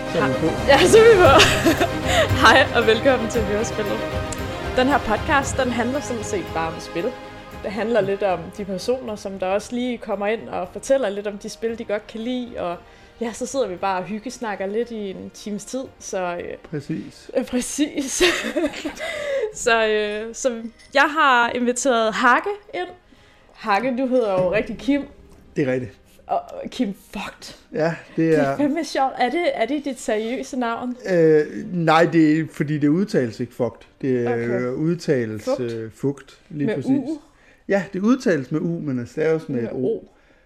Så er vi på. Ja, så er vi på. Hej og velkommen til Hørespillet. Den her podcast, den handler sådan set bare om spil. Det handler lidt om de personer, som der også lige kommer ind og fortæller lidt om de spil, de godt kan lide. Og ja, så sidder vi bare og hyggesnakker lidt i en times tid. Så, Præcis. Præcis. så jeg har inviteret Hakke ind. Hakke, du hedder jo rigtig Kim. Det er rigtigt. Og Kim Vogt. Ja, det Det er... er fandme sjovt. Er det dit seriøse navn? Nej, det er fordi det udtales ikke fugt. Det Okay. udtales fugt. Lige Med præcis. U? Ja, det udtales med U, men det staves med et O.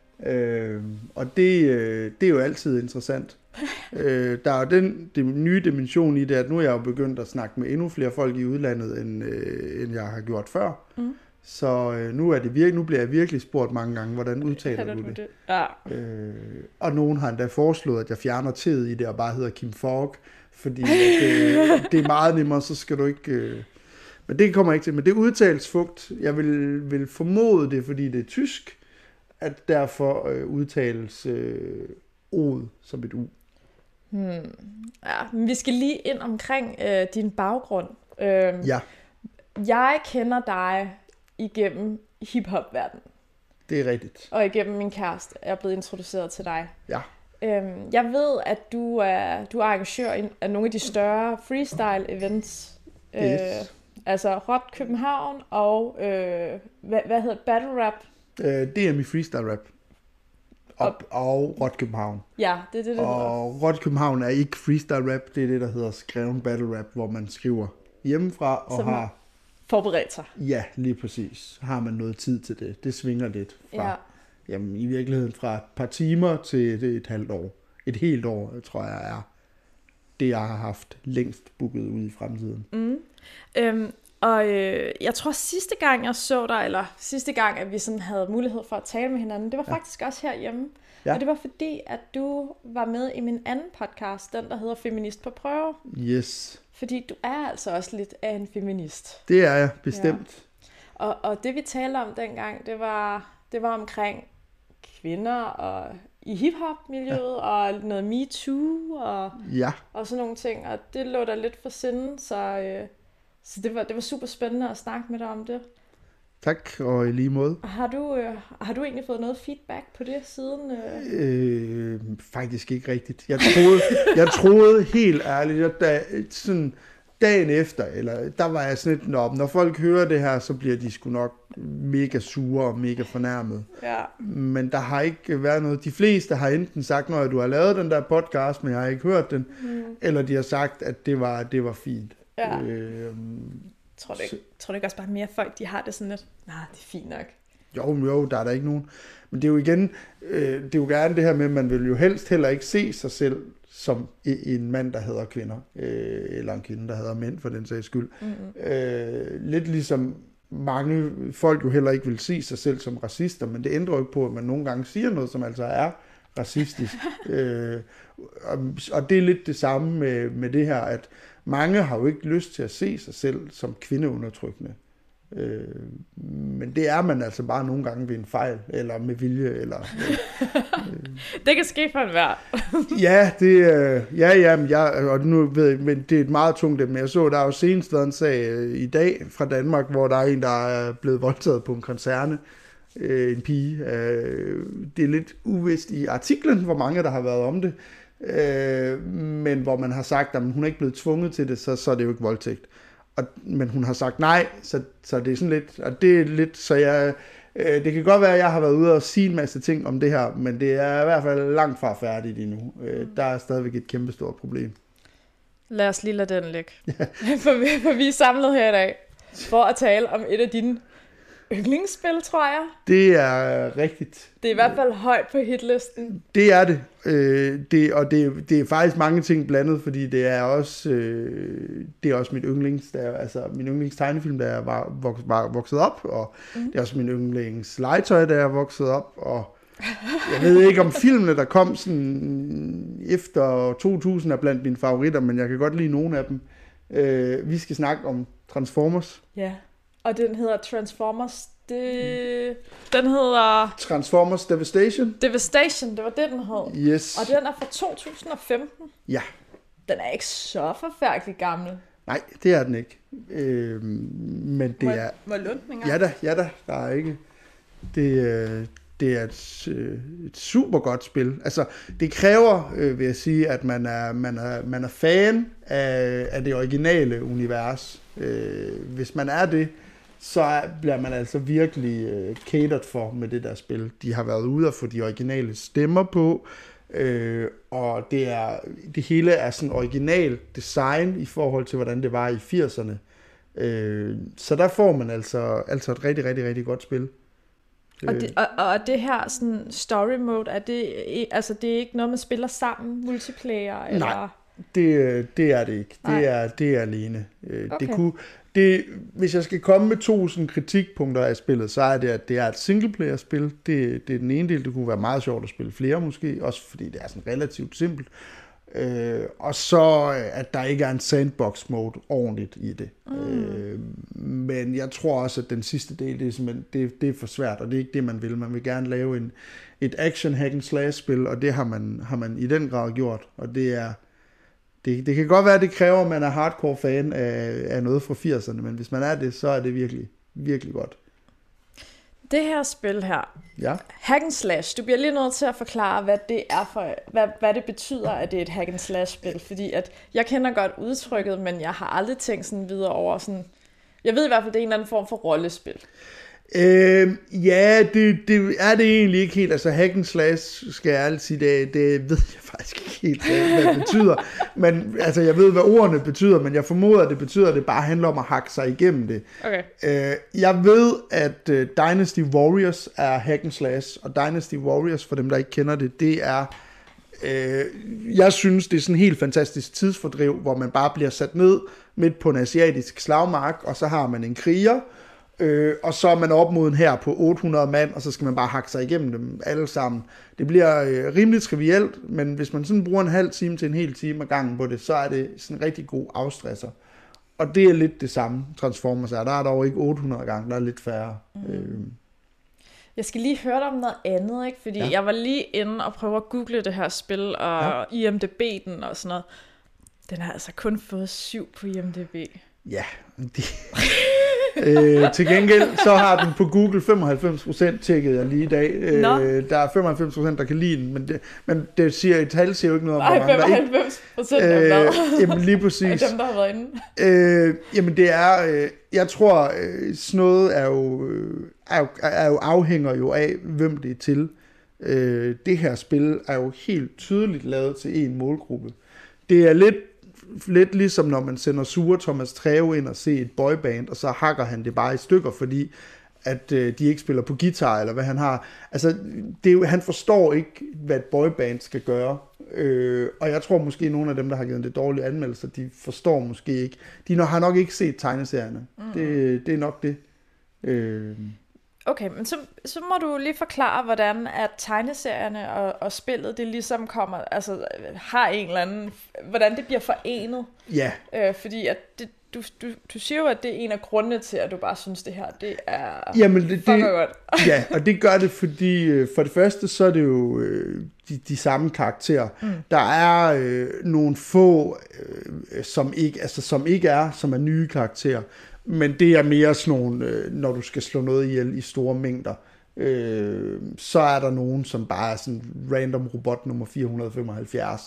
Og det er jo altid interessant. Der er jo den nye dimension i det, at nu er jeg jo begyndt at snakke med endnu flere folk i udlandet, end jeg har gjort før. Mm. Så nu bliver jeg virkelig spurgt mange gange, hvordan udtaler du det? Ja. Og nogen har endda foreslået, at jeg fjerner tid i det og bare hedder Kim Fogg, fordi det er meget nemmere, så skal du ikke... Men det kommer ikke til. Men det udtales fugt. Jeg vil formode det, fordi det er tysk, at derfor udtales O'et som et U. Ja, men vi skal lige ind omkring din baggrund. Ja, Jeg kender dig igennem hiphop-verdenen, det er rigtigt. og igennem min kæreste er blevet introduceret til dig. Ja. Jeg ved, at du er arrangør af nogle af de større freestyle-events. Yes. Altså Rot København og, hvad hedder Battle Rap? Det er min freestyle rap. Og Rot København. Ja, det er det hedder. Og Rot København er ikke freestyle rap, det er det, der hedder skreven battle rap, hvor man skriver hjemmefra og Som har... Forberedt sig. Ja, lige præcis. Har man noget tid til det. Det svinger lidt fra, jamen, i virkeligheden fra et par timer til et halvt år. Et helt år, tror jeg, er det, jeg har haft længst booket ud i fremtiden. Jeg tror sidste gang jeg så dig, eller sidste gang, at vi sådan havde mulighed for at tale med hinanden, det var faktisk også herhjemme. Ja. Og det var fordi, at du var med i min anden podcast, den der hedder Feminist på prøve. Yes, Fordi du er altså også lidt af en feminist. det er jeg bestemt. Og det vi talte om dengang, det var omkring kvinder og i hiphop-miljøet, og noget MeToo og sådan nogle ting. Og det lå der lidt for sinde, så det var super spændende at snakke med dig om det. Tak, og i lige måde. Har du egentlig fået noget feedback på det siden? Faktisk ikke rigtigt. Jeg troede helt ærligt, at sådan dagen efter, eller der var jeg sådan lidt, når folk hører det her, så bliver de sgu nok mega sure og mega fornærmet. Ja. Men der har ikke været noget. De fleste har enten sagt, når du har lavet den der podcast, men jeg har ikke hørt den, eller de har sagt, at det var fint. Ja. Tror du ikke også bare mere folk, de har det sådan lidt, nej, det er fint nok. Jo, der er der ikke nogen. Men det er jo igen, det er jo gerne det her med, at man vil jo helst heller ikke se sig selv som en mand, der hader kvinder, eller en kvinde, der hader mænd, for den sags skyld. Lidt ligesom mange folk jo heller ikke vil se sig selv som racister, men det ændrer jo ikke på, at man nogle gange siger noget, som altså er racistisk. Og det er lidt det samme med det her, at mange har jo ikke lyst til at se sig selv som kvindeundertrykkende. Men det er man altså bare nogle gange ved en fejl, eller med vilje, eller... Det kan ske for enhver. Og nu ved jeg, men det er et meget tungt emne. Jeg så, der er jo senest været en sag i dag fra Danmark, hvor der er en, der er blevet voldtaget på en koncerne. En pige. Det er lidt uvist i artiklen, hvor mange der har været om det. Men hvor man har sagt, at hun er ikke blevet tvunget til det, så er det jo ikke voldtægt. Men hun har sagt nej, så det er sådan lidt, og det er lidt, så jeg, det kan godt være, at jeg har været ude og sige en masse ting om det her, men det er i hvert fald langt fra færdigt endnu. Der er stadigvæk et kæmpestort problem. Lad os lige lade den ligge. For vi er samlet her i dag for at tale om et af dine yndlingsspil, tror jeg. Det er rigtigt. Det er i hvert fald højt på hitlisten. Det er det. Det er faktisk mange ting blandet, fordi det er også mit yndlings, min yndlings tegnefilm, da jeg var vokset op, og det er også min yndlings legetøj, da jeg voksede op, og jeg ved ikke om filmene, der kom sådan efter 2000 er blandt mine favoritter, men jeg kan godt lide nogle af dem. Vi skal snakke om Transformers. Ja, og den hedder Transformers. Den hedder... Transformers Devastation. Devastation, det var det, den hed. Yes. Og den er fra 2015. Ja. Den er ikke så forfærdelig gammel. Nej, det er den ikke. Men det er... Må jeg låne den engang? Ja da, der er ikke... Det er et super godt spil. Altså, det kræver, vil jeg sige, at man er fan af det originale univers. Hvis man er det, så bliver man altså virkelig catered for med det der spil. De har været ude og få de originale stemmer på, og det hele er sådan original design i forhold til, hvordan det var i 80'erne. Så der får man altså et rigtig, rigtig, rigtig godt spil. Og det her sådan story mode, er det er ikke noget, man spiller sammen, multiplayer? Eller? Nej, det er det ikke. Det er alene. Okay. Hvis jeg skal komme med 2 sådan kritikpunkter af spillet, så er det, at det er et singleplayer-spil. Det er den ene del. Det kunne være meget sjovt at spille flere måske, også fordi det er sådan relativt simpelt. Og så at der ikke er en sandbox mode ordentligt i det. Men jeg tror også, at den sidste del, det er simpelthen det er for svært, og det er ikke det, man vil. Man vil gerne lave et action hack and slash spil, og det har man i den grad gjort. Og det kan godt være, at det kræver, at man er hardcore fan af noget fra 80'erne, men hvis man er det, så er det virkelig, virkelig godt. Det her spil her, ja. Hack and slash, du bliver lige nødt til at forklare, hvad det er for, hvad det betyder, at det er et hack and slash spil, fordi at jeg kender godt udtrykket, men jeg har aldrig tænkt sådan videre over sådan, jeg ved i hvert fald, det er en eller anden form for rollespil. Ja, det er det egentlig ikke helt. Altså hack and slash, skal jeg ærligt sige, det ved jeg faktisk ikke helt, hvad det betyder. Men altså, jeg ved, hvad ordene betyder, men jeg formoder, at det betyder, at det bare handler om at hakke sig igennem det. Okay. Jeg ved, at Dynasty Warriors er hack and slash, og Dynasty Warriors, for dem, der ikke kender det er... jeg synes, det er sådan en helt fantastisk tidsfordriv, hvor man bare bliver sat ned midt på en asiatisk slagmark, og så har man en kriger, og så er man op mod en hær på 800 mand, og så skal man bare hakke sig igennem dem alle sammen. Det bliver rimelig trivielt, men hvis man sådan bruger en halv time til en hel time ad gangen på det, så er det sådan en rigtig god afstresser. Og det er lidt det samme, Transformers er. Der er dog ikke 800 gange, der er lidt færre. Jeg skal lige høre dig om noget andet, ikke? Fordi jeg var lige inde og prøve at google det her spil, og IMDb den og sådan noget. Den har altså kun fået 7 på IMDb. Ja, til gengæld så har den på Google 95%, tjekkede jeg lige i dag. Der er 95%, der kan lide den, men det siger, et tal siger jo ikke noget om, hvor mange der ikke... 95% af hvad? Jamen lige præcis. Dem, der har været inde. Jamen det er, jeg tror, sådan noget er jo afhænger jo af, hvem det er til. Det her spil er jo helt tydeligt lavet til en målgruppe. Det er lidt ligesom når man sender Sure Thomas Treve ind og ser et boyband, og så hakker han det bare i stykker, fordi at de ikke spiller på guitar, eller hvad han har. Altså, han forstår ikke, hvad et boyband skal gøre. Og jeg tror måske, nogle af dem, der har givet det dårlige anmeldelser, de forstår måske ikke. De har nok ikke set tegneserierne. Det er nok det. Okay, men så må du lige forklare, hvordan at tegneserierne og spillet, det ligesom kommer, altså har en eller anden, hvordan det bliver forenet. Ja. Fordi at du siger jo, at det er en af grundene til, at du bare synes, det her, det er godt. Ja, og det gør det, fordi for det første, så er det jo de samme karakterer. Der er nogle få, som er nye karakterer. Men det er mere sådan nogle, når du skal slå noget ihjel i store mængder, så er der nogen, som bare er sådan random robot nummer 475.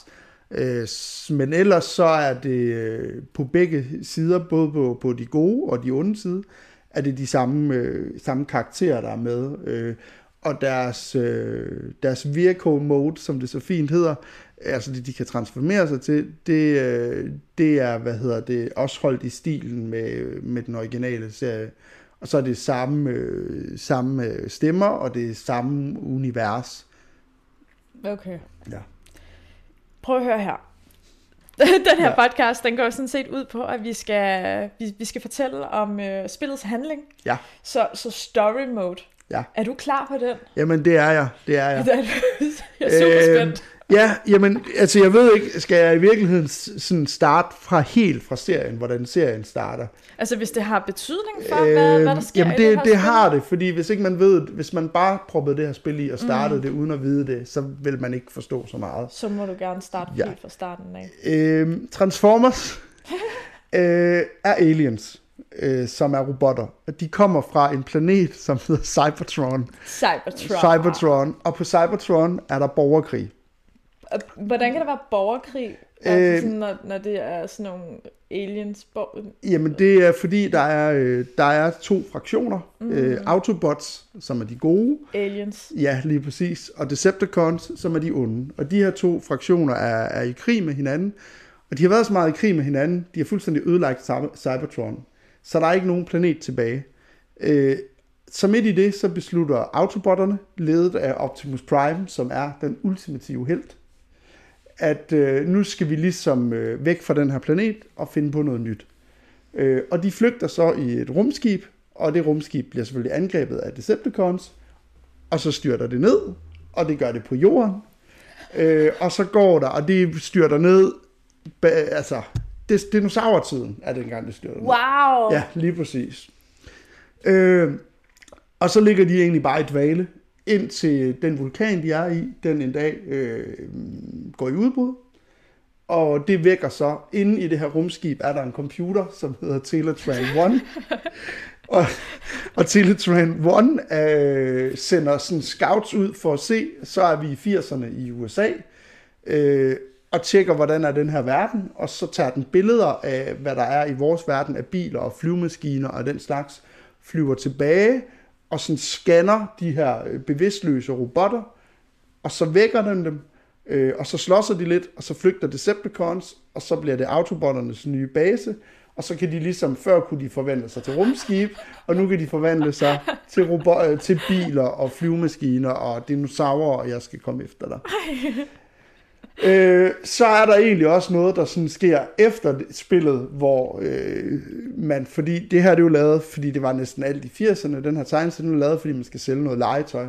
Men ellers så er det på begge sider, både på de gode og de onde side, er det de samme karakterer, der er med. Og deres vehicle mode, som det så fint hedder, altså det de kan transformere sig til, det er, også holdt i stilen med den originale serie. Og så er det samme stemmer, og det er samme univers. Okay. Ja. Prøv at høre her. Den her podcast, den går sådan set ud på, at vi skal fortælle om spillets handling. Ja. Så story mode. Ja. Er du klar på den? Jamen, det er jeg. Jeg er super spændt. Ja, jamen, altså jeg ved ikke, skal jeg i virkeligheden sådan starte helt fra serien, hvordan serien starter? Altså hvis det har betydning for, hvad der sker jamen i det her det har det, fordi hvis ikke man ved, hvis man bare proppede det her spil i og startede det uden at vide det, så vil man ikke forstå så meget. Så må du gerne starte helt fra starten af. Transformers er aliens, som er robotter. De kommer fra en planet, som hedder Cybertron. Og på Cybertron er der borgerkrig. Hvordan kan der være borgerkrig, altså sådan, når det er sådan nogle aliens? Jamen det er fordi, der er 2 fraktioner. Autobots, som er de gode. Aliens. Ja, lige præcis. Og Decepticons, som er de onde. Og de her 2 fraktioner er i krig med hinanden. Og de har været så meget i krig med hinanden, de har fuldstændig ødelagt Cybertron. Så der er ikke nogen planet tilbage. Så midt i det, så beslutter Autobotterne, ledet af Optimus Prime, som er den ultimative helt, at nu skal vi ligesom væk fra den her planet og finde på noget nyt. Og de flygter så i et rumskib, og det rumskib bliver selvfølgelig angrebet af Decepticons, og så styrter det ned, og det gør det på jorden. Og så går der, og det styrter ned, altså dinosaurtiden er det engang, det styrter ned. Wow! Ja, lige præcis. Og så ligger de egentlig bare i dvale, indtil den vulkan, de er i, den en dag går i udbrud. Og det vækker så, inde i det her rumskib, er der en computer, som hedder Teletran 1. og Teletran 1 sender sådan scouts ud for at se, så er vi i 80'erne i USA, og tjekker, hvordan er den her verden, og så tager den billeder af, hvad der er i vores verden af biler og flyvemaskiner og den slags, flyver tilbage, og sådan scanner de her bevidstløse robotter, og så vækker den dem, og så slåsser de lidt, og så flygter Decepticons, og så bliver det Autobotternes nye base, og så kan de ligesom, før kunne de forvandle sig til rumskib, og nu kan de forvandle sig til biler og flyvemaskiner og dinosaurer, og jeg skal komme efter dig. Så er der egentlig også noget, der sådan sker efter spillet, hvor fordi det her det er jo lavet, fordi det var næsten alt i 80'erne, den her tegneserie er lavet, fordi man skal sælge noget legetøj.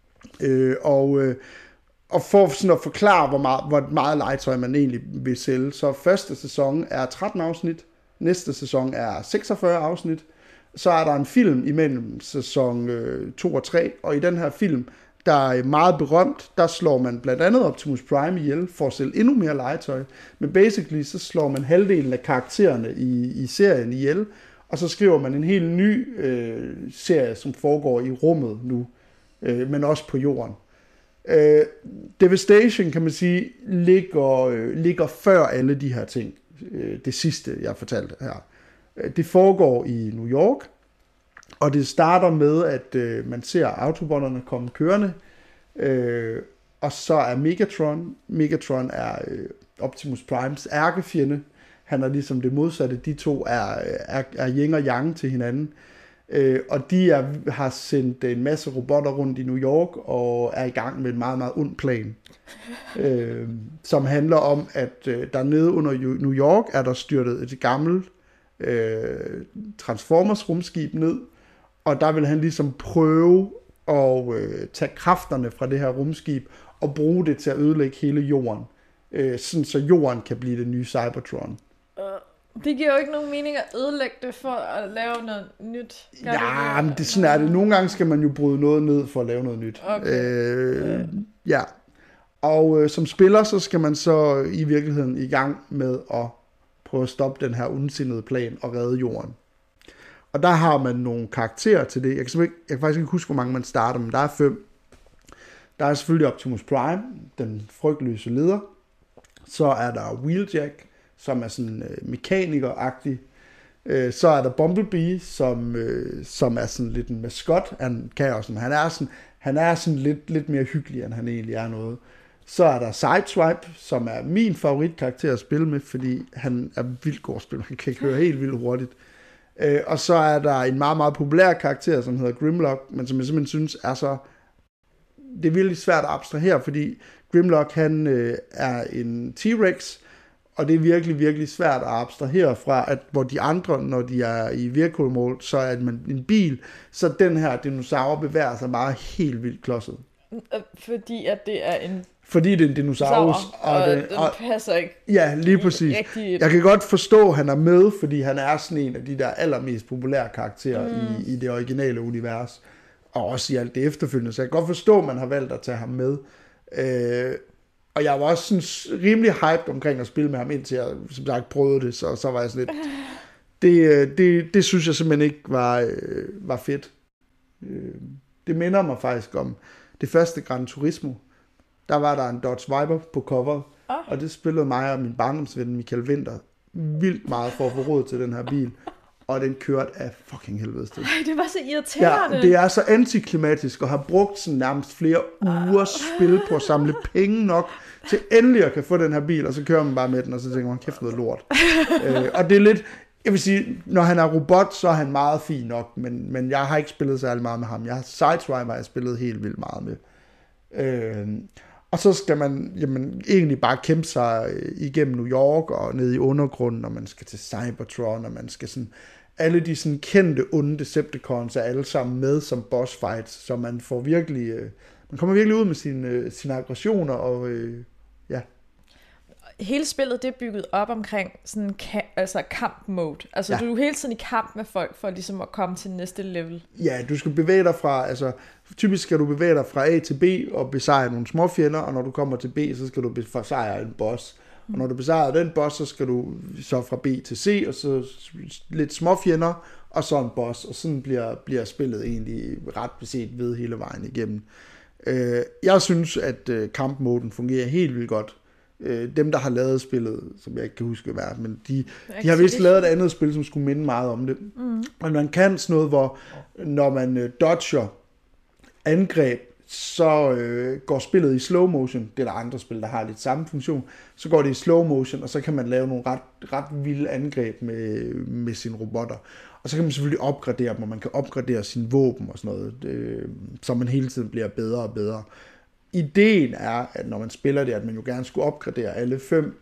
Og for sådan at forklare, hvor meget legetøj man egentlig vil sælge, så første sæson er 13 afsnit, næste sæson er 46 afsnit, så er der en film imellem sæson 2 og 3, og i den her film, der er meget berømt, der slår man blandt andet Optimus Prime ihjel for at sælge endnu mere legetøj. Men basically så slår man halvdelen af karaktererne i serien ihjel, og så skriver man en helt ny serie, som foregår i rummet nu, men også på jorden. Devastation, kan man sige, ligger før alle de her ting. Det sidste, jeg fortalte her. Det foregår i New York, og det starter med, at man ser Autobotterne komme kørende, og så er Megatron er Optimus Primes ærkefjende. Han er ligesom det modsatte. De to er yin og yang til hinanden. Og de har sendt en masse robotter rundt i New York, og er i gang med en meget, meget ond plan. Som handler om, at der nede under New York er der styrtet et gammelt Transformers rumskib ned, og der vil han ligesom prøve at tage kræfterne fra det her rumskib og bruge det til at ødelægge hele jorden, sådan så jorden kan blive det nye Cybertron. Det giver jo ikke nogen mening at ødelægge det for at lave noget nyt. Ja, men det sådan er det. Nogle gange skal man jo bryde noget ned for at lave noget nyt. Okay. Ja. Og som spiller, så skal man så i virkeligheden i gang med at prøve at stoppe den her ondsindede plan og redde jorden. Og der har man nogle karakterer til det. Jeg kan faktisk ikke huske, hvor mange man starter, men der er 5. Der er selvfølgelig Optimus Prime, den frygtløse leder. Så er der Wheeljack, som er sådan mekaniker-agtig. Så er der Bumblebee, som er sådan lidt en maskot. Han er sådan lidt mere hyggelig, end han egentlig er noget. Så er der Sideswipe, som er min favoritkarakter at spille med, fordi han er vildt god at spille. Han kan køre helt vildt hurtigt. Og så er der en meget, meget populær karakter, som hedder Grimlock, men som jeg simpelthen synes er så... Det er virkelig svært at abstrahere, fordi Grimlock, han er en T-Rex, og det er virkelig, virkelig svært at abstrahere fra, at hvor de andre, når de er i vehicle mode, så er man en bil, så den her dinosaur bevæger sig bare helt vildt klodset. Fordi at det er en... Fordi det er en dinosaurus. Og den passer ikke. Ja, lige præcis. Jeg kan godt forstå, at han er med, fordi han er sådan en af de der allermest populære karakterer i det originale univers. Og også i alt det efterfølgende. Så jeg kan godt forstå, at man har valgt at tage ham med. Og jeg var også sådan rimelig hyped omkring at spille med ham, indtil jeg som sagt prøvede det. Så var jeg sådan lidt... Det synes jeg simpelthen ikke var fedt. Det minder mig faktisk om det første Gran Turismo. Der var der en Dodge Viper på cover, og det spillede mig og min barndomsven Michael Winter vildt meget for at få råd til den her bil. Og den kørte af fucking helvedes til. Ej, det var så irriterende. Ja, det er så antiklimatisk at have brugt sådan nærmest flere ugers spil på at samle penge nok til endelig at kan få den her bil, og så kører man bare med den, og så tænker man, kæft noget lort. Og det er lidt, jeg vil sige, når han er robot, så er han meget fin nok, men jeg har ikke spillet særlig meget med ham. Sideswipe har jeg spillet helt vildt meget med. Og så skal man egentlig bare kæmpe sig igennem New York og ned i undergrunden, og man skal til Cybertron, og man skal sådan... Alle de sådan kendte onde Decepticons er alle sammen med som boss fights, så man får virkelig... man kommer virkelig ud med sine aggressioner, og ja. Hele spillet, det er bygget op omkring sådan kamp-mode. Altså, ja. Du er hele tiden i kamp med folk for ligesom at komme til næste level. Ja, du skal bevæge dig fra... Altså, typisk skal du bevæge dig fra A til B og besejre nogle små fjender, og når du kommer til B, så skal du besejre en boss. Og når du besejrer den boss, så skal du så fra B til C, og så lidt små fjender, og så en boss. Og sådan bliver spillet egentlig ret beset ved hele vejen igennem. Jeg synes, at kampmoden fungerer helt vildt godt. Dem, der har lavet spillet, som jeg ikke kan huske hvad, men de har vist lavet et andet spil, som skulle minde meget om det. Og man kan sådan noget, hvor når man dodger angreb, så går spillet i slow motion. Det er der andre spil, der har lidt samme funktion. Så går det i slow motion, og så kan man lave nogle ret vilde angreb med sine robotter. Og så kan man selvfølgelig opgradere dem, og man kan opgradere sine våben og sådan noget, så man hele tiden bliver bedre og bedre. Ideen er, at når man spiller det, at man jo gerne skulle opgradere alle 5,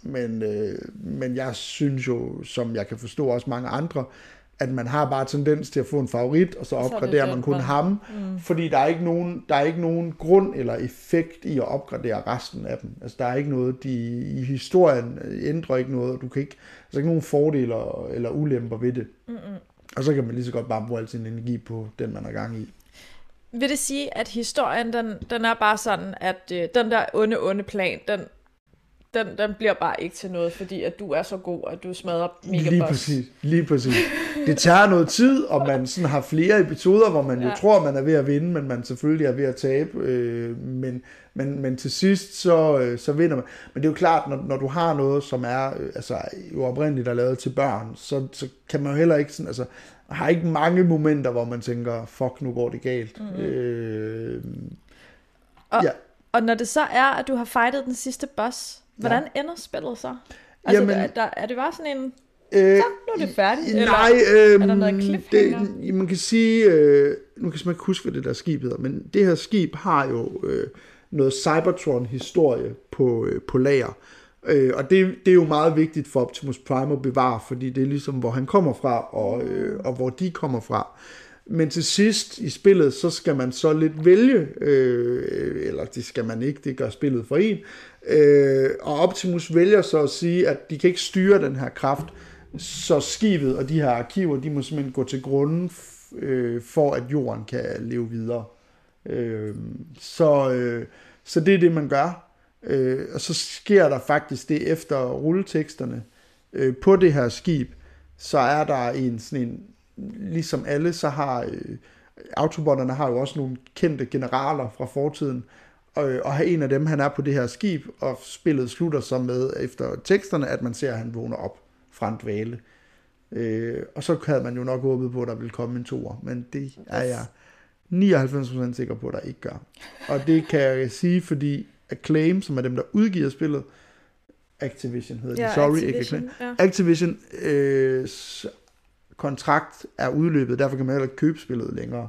men jeg synes jo, som jeg kan forstå også mange andre, at man har bare tendens til at få en favorit, og så opgraderer man kun ham, fordi der er ikke nogen grund eller effekt i at opgradere resten af dem. Altså der er ikke noget, i historien ændrer ikke noget, og du kan ikke, altså ikke nogen fordele eller ulemper ved det. Og så kan man lige så godt bare bruge al sin energi på den, man er gang i. Vil det sige, at historien, den er bare sådan, at den der onde plan, den bliver bare ikke til noget, fordi at du er så god, at du smadrer megaboss. Lige præcis. Det tager noget tid, og man sådan har flere episoder, hvor man jo tror, man er ved at vinde, men man selvfølgelig er ved at tabe. Men til sidst, så vinder man. Men det er jo klart, når du har noget, som er jo oprindeligt er lavet til børn, så kan man jo heller ikke sådan, altså, har ikke mange momenter, hvor man tænker, fuck, nu går det galt. Og når det så er, at du har fightet den sidste boss, hvordan ender spillet så? Altså, jamen, er det bare sådan en... så, nu er det færdigt? Nej, er der noget cliffhanger? Man kan sige... nu kan jeg ikke huske, hvad det der skib hedder, men det her skib har jo noget Cybertron-historie på lager. Og det er jo meget vigtigt for Optimus Prime at bevare, fordi det er ligesom, hvor han kommer fra, og hvor de kommer fra. Men til sidst i spillet, så skal man så lidt vælge, eller det skal man ikke, det gør spillet for en. Og Optimus vælger så at sige, at de kan ikke styre den her kraft, så skibet og de her arkiver, de må simpelthen gå til grunden, for at jorden kan leve videre. Så det er det, man gør. Og så sker der faktisk det efter rulleteksterne på det her skib, så er der sådan en ligesom alle, så har Autobotterne har jo også nogle kendte generaler fra fortiden, og en af dem, han er på det her skib, og spillet slutter så med, efter teksterne, at man ser, at han vågner op fra en dvale. Og så havde man jo nok håbet på, at der ville komme en toer, men det er jeg 99% sikker på, at der ikke gør. Og det kan jeg sige, fordi Acclaim, som er dem, der udgiver spillet, Activision hedder de, sorry, ikke Acclaim. Ja. Activision kontrakt er udløbet, derfor kan man heller ikke købe spillet længere.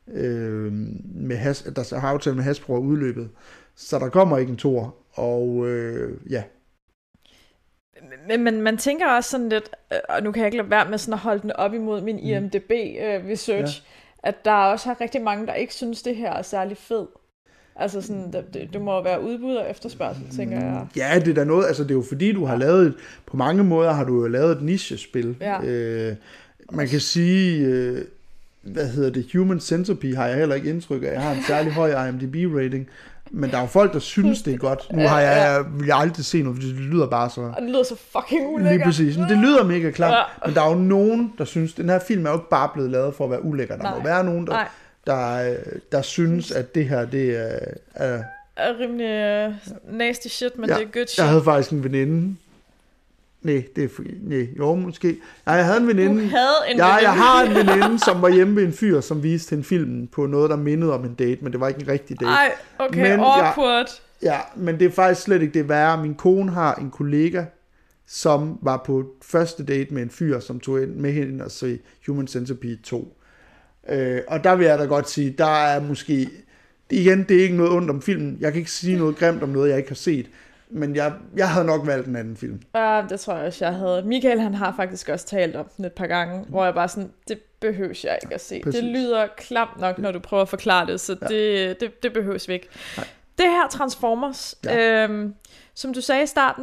Der har aftalt med Hasbro er udløbet, så der kommer ikke en toer, og ja. Men man tænker også sådan lidt, og nu kan jeg ikke lade være med sådan at holde den op imod min IMDb research, at der også har rigtig mange, der ikke synes, det her er særlig fed. Altså sådan, det må være udbud og efterspørgsel, tænker jeg. Ja, det er da noget, altså det er jo fordi, du har lavet, på mange måder har du jo lavet et nichespil. Ja. Man kan sige, Human Centipede har jeg heller ikke indtryk af. Jeg har en særlig høj IMDb-rating. Men der er jo folk, der synes, det er godt. Nu har vil jeg aldrig se noget, fordi det lyder bare så... Og det lyder så fucking ulækkert. Lige præcis. Men det lyder mega klart. Ja. Men der er jo nogen, der synes... Den her film er jo ikke bare blevet lavet for at være ulækker. Der må være nogen, der synes, at det her, det er rimelig nasty shit, men det er good shit. Jeg havde faktisk en veninde... måske. Jeg havde en veninde. Du havde en veninde? Jeg har en veninde, som var hjemme ved en fyr, som viste en film på noget, der mindede om en date, men det var ikke en rigtig date. Ej, okay, men awkward. Men det er faktisk slet ikke det værre. Min kone har en kollega, som var på første date med en fyr, som tog ind med hende og se Human Centipede 2. Og der vil jeg da godt sige, der er måske... Igen, det er ikke noget ondt om filmen. Jeg kan ikke sige noget grimt om noget, jeg ikke har set. Men jeg havde nok valgt en anden film. Det tror jeg også, jeg havde. Michael, han har faktisk også talt om den et par gange, hvor jeg bare sådan, det behøves jeg ikke at se. Præcis. Det lyder klamt nok, når du prøver at forklare det, så det behøves vi ikke. Nej. Det her Transformers, som du sagde i starten,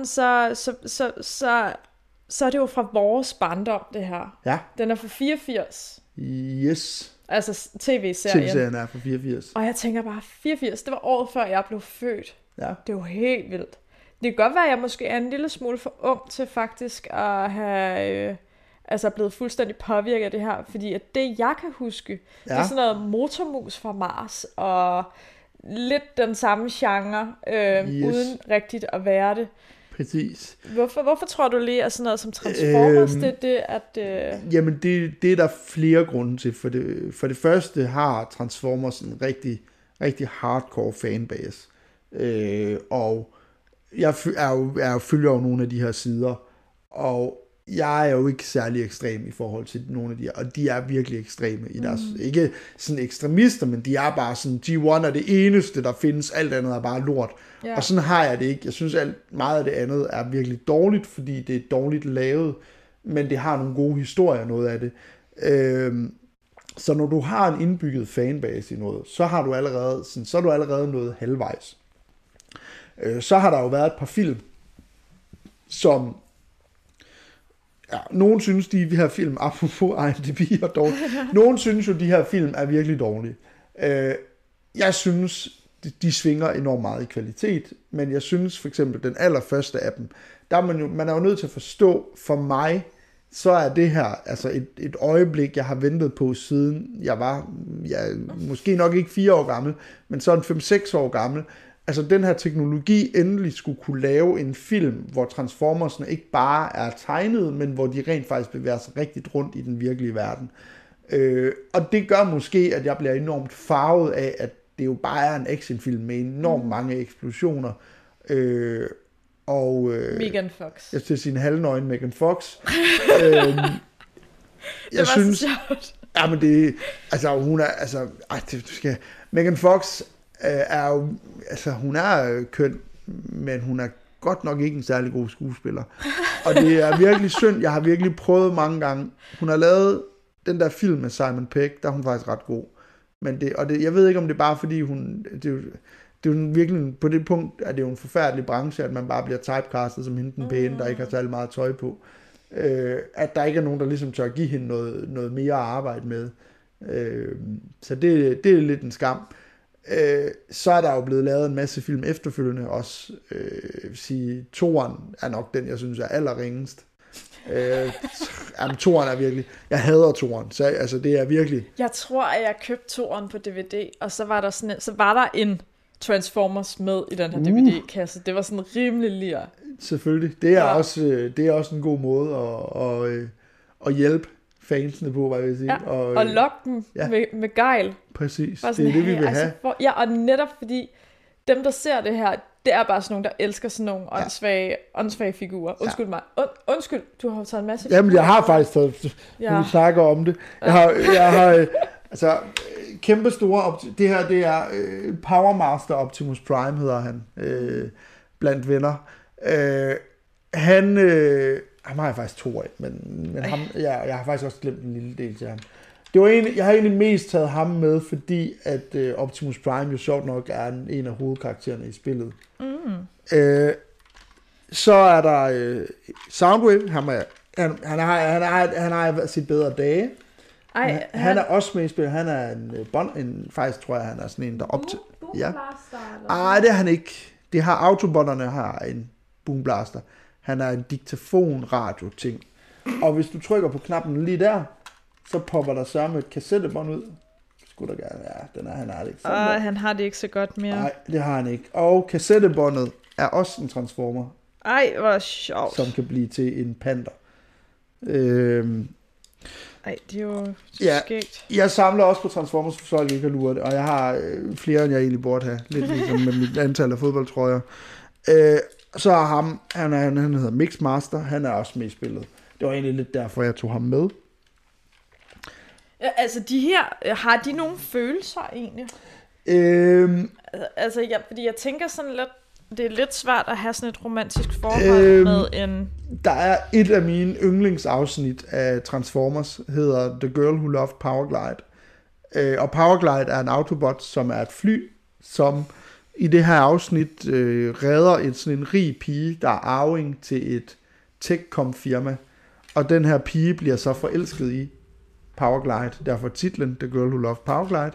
så er det jo fra vores barndom, det her. Ja. Den er fra 84. Yes. Altså tv-serien. TV-serien er fra 84. Og jeg tænker bare, 84, det var året før jeg blev født. Ja. Det er jo helt vildt. Det kan godt være, at jeg måske er en lille smule for ung til faktisk at have blevet fuldstændig påvirket af det her. Fordi at det, jeg kan huske, det er sådan noget Motormus fra Mars, og lidt den samme genre, uden rigtigt at være det. Præcis. Hvorfor tror du lige, at sådan noget som Transformers, Jamen, det er der flere grunde til. For det første har Transformers en rigtig, rigtig hardcore fanbase. Og jeg følger jo nogle af de her sider, og jeg er jo ikke særlig ekstrem i forhold til nogle af de her, og de er virkelig ekstreme i deres, ikke sådan ekstremister, men de er bare sådan, G1 er det eneste, der findes, alt andet er bare lort. Yeah. Og sådan har jeg det ikke. Jeg synes, meget af det andet er virkelig dårligt, fordi det er dårligt lavet, men det har nogle gode historier, noget af det. Så når du har en indbygget fanbase i noget, så er du allerede noget halvvejs. Så har der jo været et par film, som nogen synes, de her film, apropos IMDb og dårligt, nogen synes jo, de her film er virkelig dårlige. Jeg synes, de svinger enormt meget i kvalitet, men jeg synes for eksempel, den allerførste af dem, der er man er jo nødt til at forstå, for mig, så er det her altså et øjeblik, jeg har ventet på, siden jeg var, måske nok ikke 4 år gammel, men sådan 5-6 år gammel. Altså den her teknologi endelig skulle kunne lave en film, hvor Transformers'ne ikke bare er tegnet, men hvor de rent faktisk bevæger sig rigtigt rundt i den virkelige verden. Og det gør måske, at jeg bliver enormt farvet af, at det jo bare er en actionfilm med enormt mange eksplosioner. Megan Fox. Jeg skal sige en halvnøgen Megan Fox. Jeg synes, så sjovt. Ja, men det, altså hun er, Megan Fox er jo, altså hun er køn, men hun er godt nok ikke en særlig god skuespiller. Og det er virkelig synd, jeg har virkelig prøvet mange gange. Hun har lavet den der film med Simon Pegg, der er hun faktisk ret god. Men jeg ved ikke, om det er bare fordi det er jo virkelig, på det punkt er det jo en forfærdelig branche, at man bare bliver typecastet som hende den pæne, der ikke har særlig meget tøj på. At der ikke er nogen, der ligesom tør give hende noget mere at arbejde med. Så det er lidt en skam. Så er der jo blevet lavet en masse film efterfølgende også. Jeg vil sige, toeren er nok den, jeg synes er allerringest. Toeren er virkelig, jeg hader toeren, så altså det er virkelig. Jeg tror, at jeg købte toeren på DVD, og så var der en Transformers med i den her DVD-kasse. Det var sådan rimelig lir. Selvfølgelig. Det er også en god måde at hjælpe fansene på, hvad jeg vil sige. Ja, og lokke dem med gejl. Præcis, det er det, vi vil have. Og netop fordi dem, der ser det her, det er bare sådan nogle, der elsker sådan nogle åndssvage figurer. Undskyld mig. Undskyld, du har taget en masse figurer. Jamen, jeg har faktisk taget, når vi snakker om det. Jeg har altså, kæmpe store, det her, det er Power Master Optimus Prime, hedder han, blandt venner. Han har jeg faktisk 2 af, men ham, jeg har faktisk også glemt en lille del til ham. Det var jeg har egentlig mest taget ham med, fordi at Optimus Prime jo sjovt nok er en af hovedkaraktererne i spillet. Så er der Soundwave. Han har sit bedre dage. Han er også med i spillet. Han er faktisk tror jeg, han er sådan en, der optager. Ja. Det er han ikke. Det har Autobotterne har en boomblaster. Han er en diktafon-radio-ting. Og hvis du trykker på knappen lige der, så popper der så med et kassettebånd ud. Skulle der gerne være. Han har det ikke. Han har det ikke så godt mere. Nej, det har han ikke. Og kassettebåndet er også en transformer. Ej, hvor sjovt. Som kan blive til en panda. Det er jo skægt. Jeg samler også på Transformers, for folk ikke har luret det. Og jeg har flere, end jeg egentlig burde have. Lidt ligesom med mit antal af fodboldtrøjer. Så er han hedder Mixmaster. Han er også med i spillet. Det var egentlig lidt derfor, jeg tog ham med. Altså de her, har de nogle følelser egentlig? Fordi jeg tænker sådan lidt, det er lidt svært at have sådan et romantisk forhold med en... Der er et af mine yndlingsafsnit af Transformers, hedder The Girl Who Loved Powerglide. Og Powerglide er en Autobot, som er et fly, som i det her afsnit redder sådan en rig pige, der er arving til et tech-com-firma. Og den her pige bliver så forelsket i Powerglide, derfor titlen The Girl Who Loved Powerglide.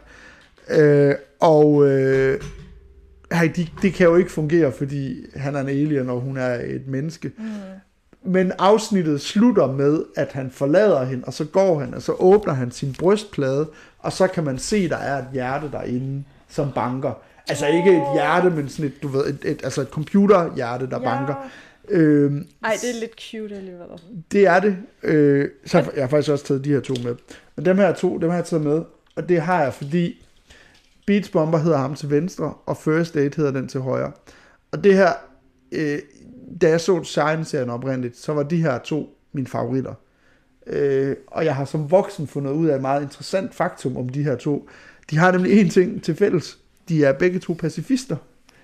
Det kan jo ikke fungere, fordi han er en alien, og hun er et menneske. Men afsnittet slutter med, at han forlader hende, og så går han, og så åbner han sin brystplade, og så kan man se, der er et hjerte derinde, som banker. Altså ikke et hjerte, men sådan et, du ved, et computerhjerte, der banker. Det er lidt cute alligevel. Det er det. Så jeg har faktisk også taget de her to med. Men dem har jeg taget med, og det har jeg, fordi Beach Bomber hedder ham til venstre, og First Date hedder den til højre. Og det her, da jeg så Shine-serien oprindeligt, så var de her to mine favoritter. Og jeg har som voksen fundet ud af et meget interessant faktum om de her to. De har nemlig én ting til fælles. De er begge to pacifister.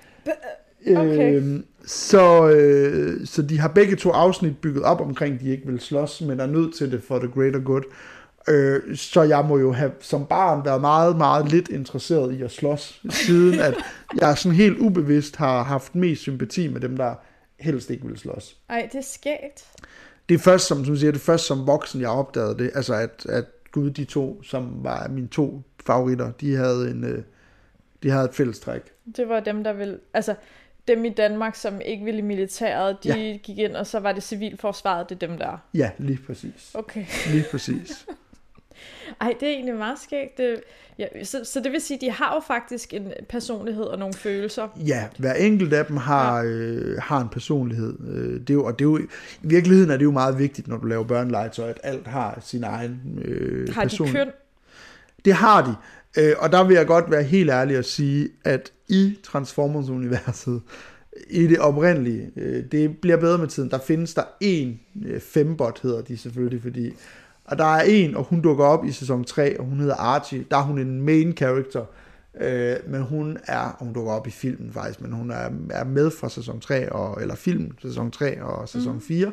Okay. Så de har begge to afsnit bygget op omkring, de ikke vil slås, men er nødt til det for the greater good. Så jeg må jo have som barn været meget, meget lidt interesseret i at slås, siden at jeg sådan helt ubevidst har haft mest sympati med dem, der helst ikke vil slås. Ej, det er skægt. Det er først, som du siger, det er først som voksen, jeg opdagede det. Altså, at gud, de to, som var mine to favoritter, de havde et fælles træk. Det var dem, der ville... Altså, dem i Danmark, som ikke ville i militæret, de gik ind, og så var det civilforsvaret, det er dem der. Ja, lige præcis. Okay. Lige præcis. Ej, det er egentlig meget skægt. Så det vil sige, de har jo faktisk en personlighed og nogle følelser. Ja, hver enkelt af dem har en personlighed. Det er jo, i virkeligheden er det jo meget vigtigt, når du laver børnelegetøj, at alt har sin egen har de køn? Det har de. Og der vil jeg godt være helt ærlig og sige, at i Transformers-universet, i det oprindelige, det bliver bedre med tiden, der findes der en fembot, hedder de selvfølgelig, fordi... Og der er en, og hun dukker op i sæson 3, og hun hedder Archie. Der er hun en main character, men hun dukker op i filmen faktisk, men hun er med fra sæson 3, eller film sæson 3 og sæson 4.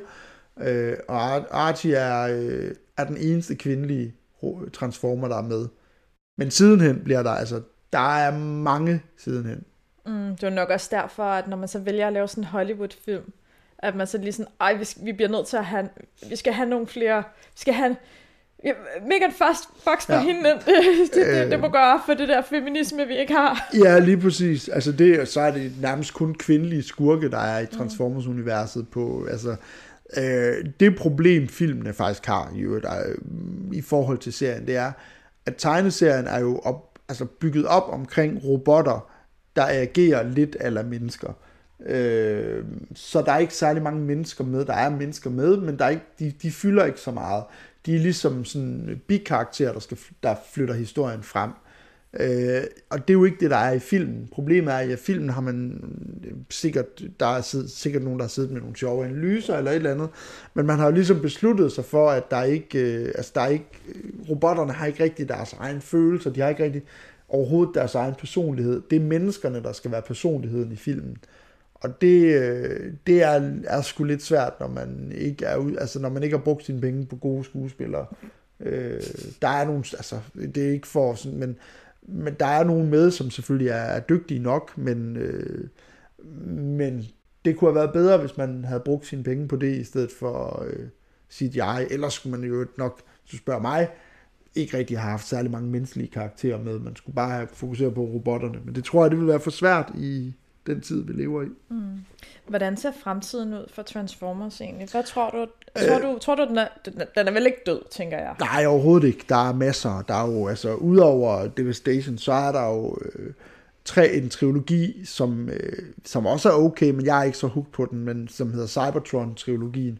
Og Archie er den eneste kvindelige transformer, der er med. Men sidenhen bliver der er mange sidenhen. Det er nok også derfor, at når man så vælger at lave sådan en Hollywood-film, at man så lige sådan, vi bliver nødt til at have, vi skal have nogle flere, vi skal have Megan Fox på hende, det må gøre for det der feminisme, vi ikke har. Ja, lige præcis. Altså så er det nærmest kun kvindelige skurke, der er i Transformers-universet på, altså, det problem filmene faktisk har i forhold til serien, det er, at tegneserien er jo bygget op omkring robotter, der agerer lidt a la mennesker. Så der er ikke særlig mange mennesker med. Der er mennesker med, men der er ikke, de fylder ikke så meget. De er ligesom sådan bikarakterer, der flytter historien frem. Og det er jo ikke det, der er i filmen. Problemet er, at i filmen har man der er sikkert nogen, der har siddet med nogle sjove analyser eller et eller andet, men man har jo ligesom besluttet sig for, at der ikke, robotterne har ikke rigtig deres egen følelser, de har ikke rigtig overhovedet deres egen personlighed. Det er menneskerne, der skal være personligheden i filmen. Og det er sgu lidt svært, når man ikke når man ikke har brugt sine penge på gode skuespillere, Der er nogle, altså det er ikke for sådan, men der er nogen med, som selvfølgelig er dygtige nok, men det kunne have været bedre, hvis man havde brugt sine penge på det, i stedet for CGI. Ellers skulle man jo nok, hvis du spørger mig, ikke rigtig have haft særlig mange menneskelige karakterer med. Man skulle bare have fokuseret på robotterne. Men det tror jeg, det vil være for svært i den tid, vi lever i. Hvordan ser fremtiden ud for Transformers egentlig? Hvad tror du? Tror du den er vel ikke død, tænker jeg? Nej, overhovedet ikke. Der er masser. Der er jo, altså, udover Devastation, så er der jo en trilogi, som også er okay, men jeg er ikke så hooked på den, men som hedder Cybertron-trilogien,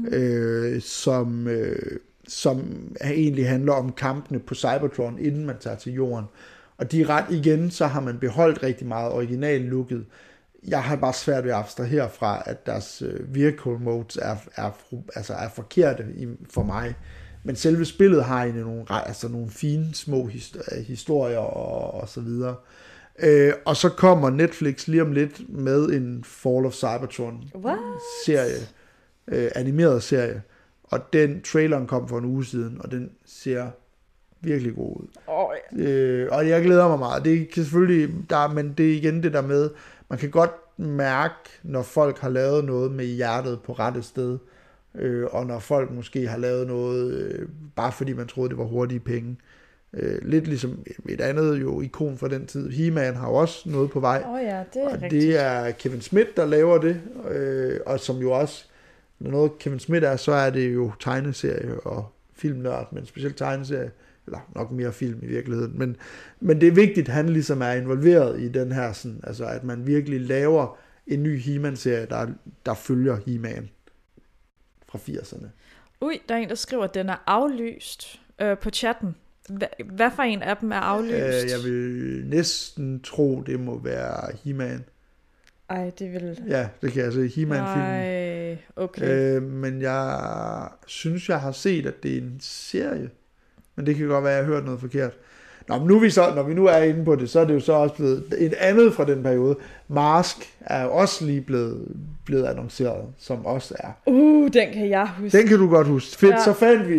som egentlig handler om kampene på Cybertron, inden man tager til jorden. Og de ret igen, så har man beholdt rigtig meget original-looket. Jeg har bare svært ved at abstrahere fra, at deres vehicle modes er forkerte for mig. Men selve spillet har egentlig nogle fine små historier og så videre. Og så kommer Netflix lige om lidt med en Fall of Cybertron-serie, animeret serie. Og den traileren kom for en uge siden, og den ser virkelig god ud. Og jeg glæder mig meget. Det kan selvfølgelig, men det er igen det der med, man kan godt mærke, når folk har lavet noget med hjertet på rette sted, og når folk måske har lavet noget, bare fordi man troede, det var hurtige penge. Lidt ligesom et andet jo ikon fra den tid. He-Man har også noget på vej. Ja, det er og rigtigt. Det er Kevin Smith, der laver det, og som jo også, når noget Kevin Smith er, så er det jo tegneserie og filmnørd, men specielt tegneserie, eller nok mere film i virkeligheden, men det er vigtigt, at han ligesom er involveret i den her, sådan, altså at man virkelig laver en ny He-Man-serie, der følger He-Man fra 80'erne. Der er en, der skriver, at den er aflyst på chatten. Hvad for en af dem er aflyst? Jeg vil næsten tro, det må være He-Man. Ej, det vil... Ja, det kan jeg se. He-Man-filmen. Ej, okay. Men jeg synes, jeg har set, at det er en serie. Men det kan godt være, at jeg har hørt noget forkert. Nå, men når vi nu er inde på det, så er det jo så også blevet et andet fra den periode. Mask er også lige blevet annonceret, som også er. Den kan jeg huske. Den kan du godt huske. Fedt, ja. Så fandt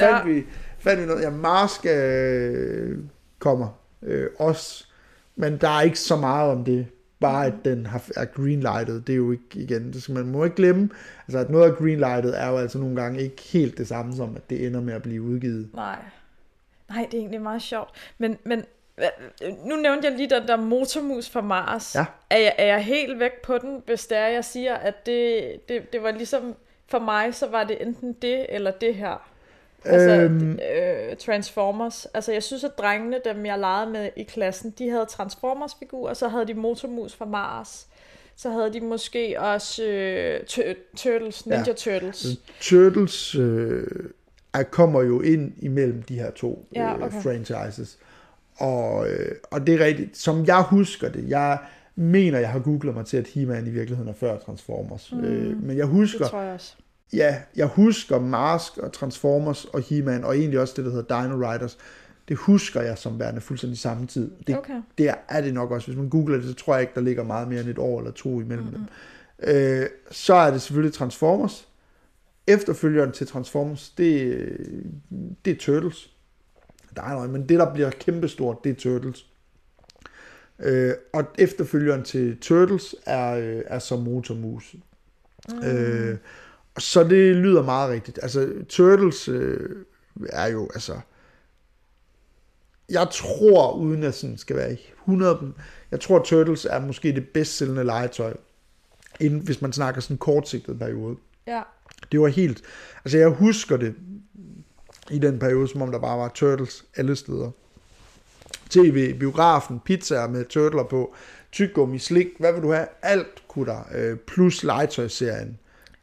vi noget. Ja, Mask kommer også. Men der er ikke så meget om det. Bare at den er greenlightet, det er jo ikke igen, det skal man må ikke glemme. Altså at noget af greenlightet er jo altså nogle gange ikke helt det samme som, at det ender med at blive udgivet. Nej, det er egentlig meget sjovt. Men nu nævnte jeg lige den der motormus fra Mars. Ja. Er jeg helt væk på den, hvis det er, jeg siger, at det var ligesom, for mig, så var det enten det eller det her. Altså Transformers. Altså jeg synes, at drengene, dem jeg legede med i klassen, de havde Transformers-figurer, så havde de motormus fra Mars. Så havde de måske også Turtles, Ninja Turtles. Turtles kommer jo ind imellem de her to franchises. Og det er rigtigt, som jeg husker det, jeg mener, jeg har googlet mig til, at He-Man i virkeligheden er før Transformers. Men jeg husker... Det tror jeg også. Ja, jeg husker Mask og Transformers og He-Man, og egentlig også det, der hedder Dino Riders. Det husker jeg som værende fuldstændig samme tid. Det er det nok også. Hvis man googler det, så tror jeg ikke, der ligger meget mere end et år eller to imellem dem. Så er det selvfølgelig Transformers. Efterfølgeren til Transformers, det er Turtles. Men det, der bliver kæmpestort, det er Turtles. Og efterfølgeren til Turtles er så Motormus. Så det lyder meget rigtigt. Altså, Turtles er jo, altså... Jeg tror, uden at sådan skal være 100... Jeg tror, Turtles er måske det bedst sælgende legetøj, hvis man snakker sådan en kortsigtet periode. Ja. Det var helt... Altså, jeg husker det i den periode, som om der bare var Turtles alle steder. TV, biografen, pizzaer med turtler på, tyggegummi, slik, hvad vil du have? Alt kunne der. Plus legetøjsserien.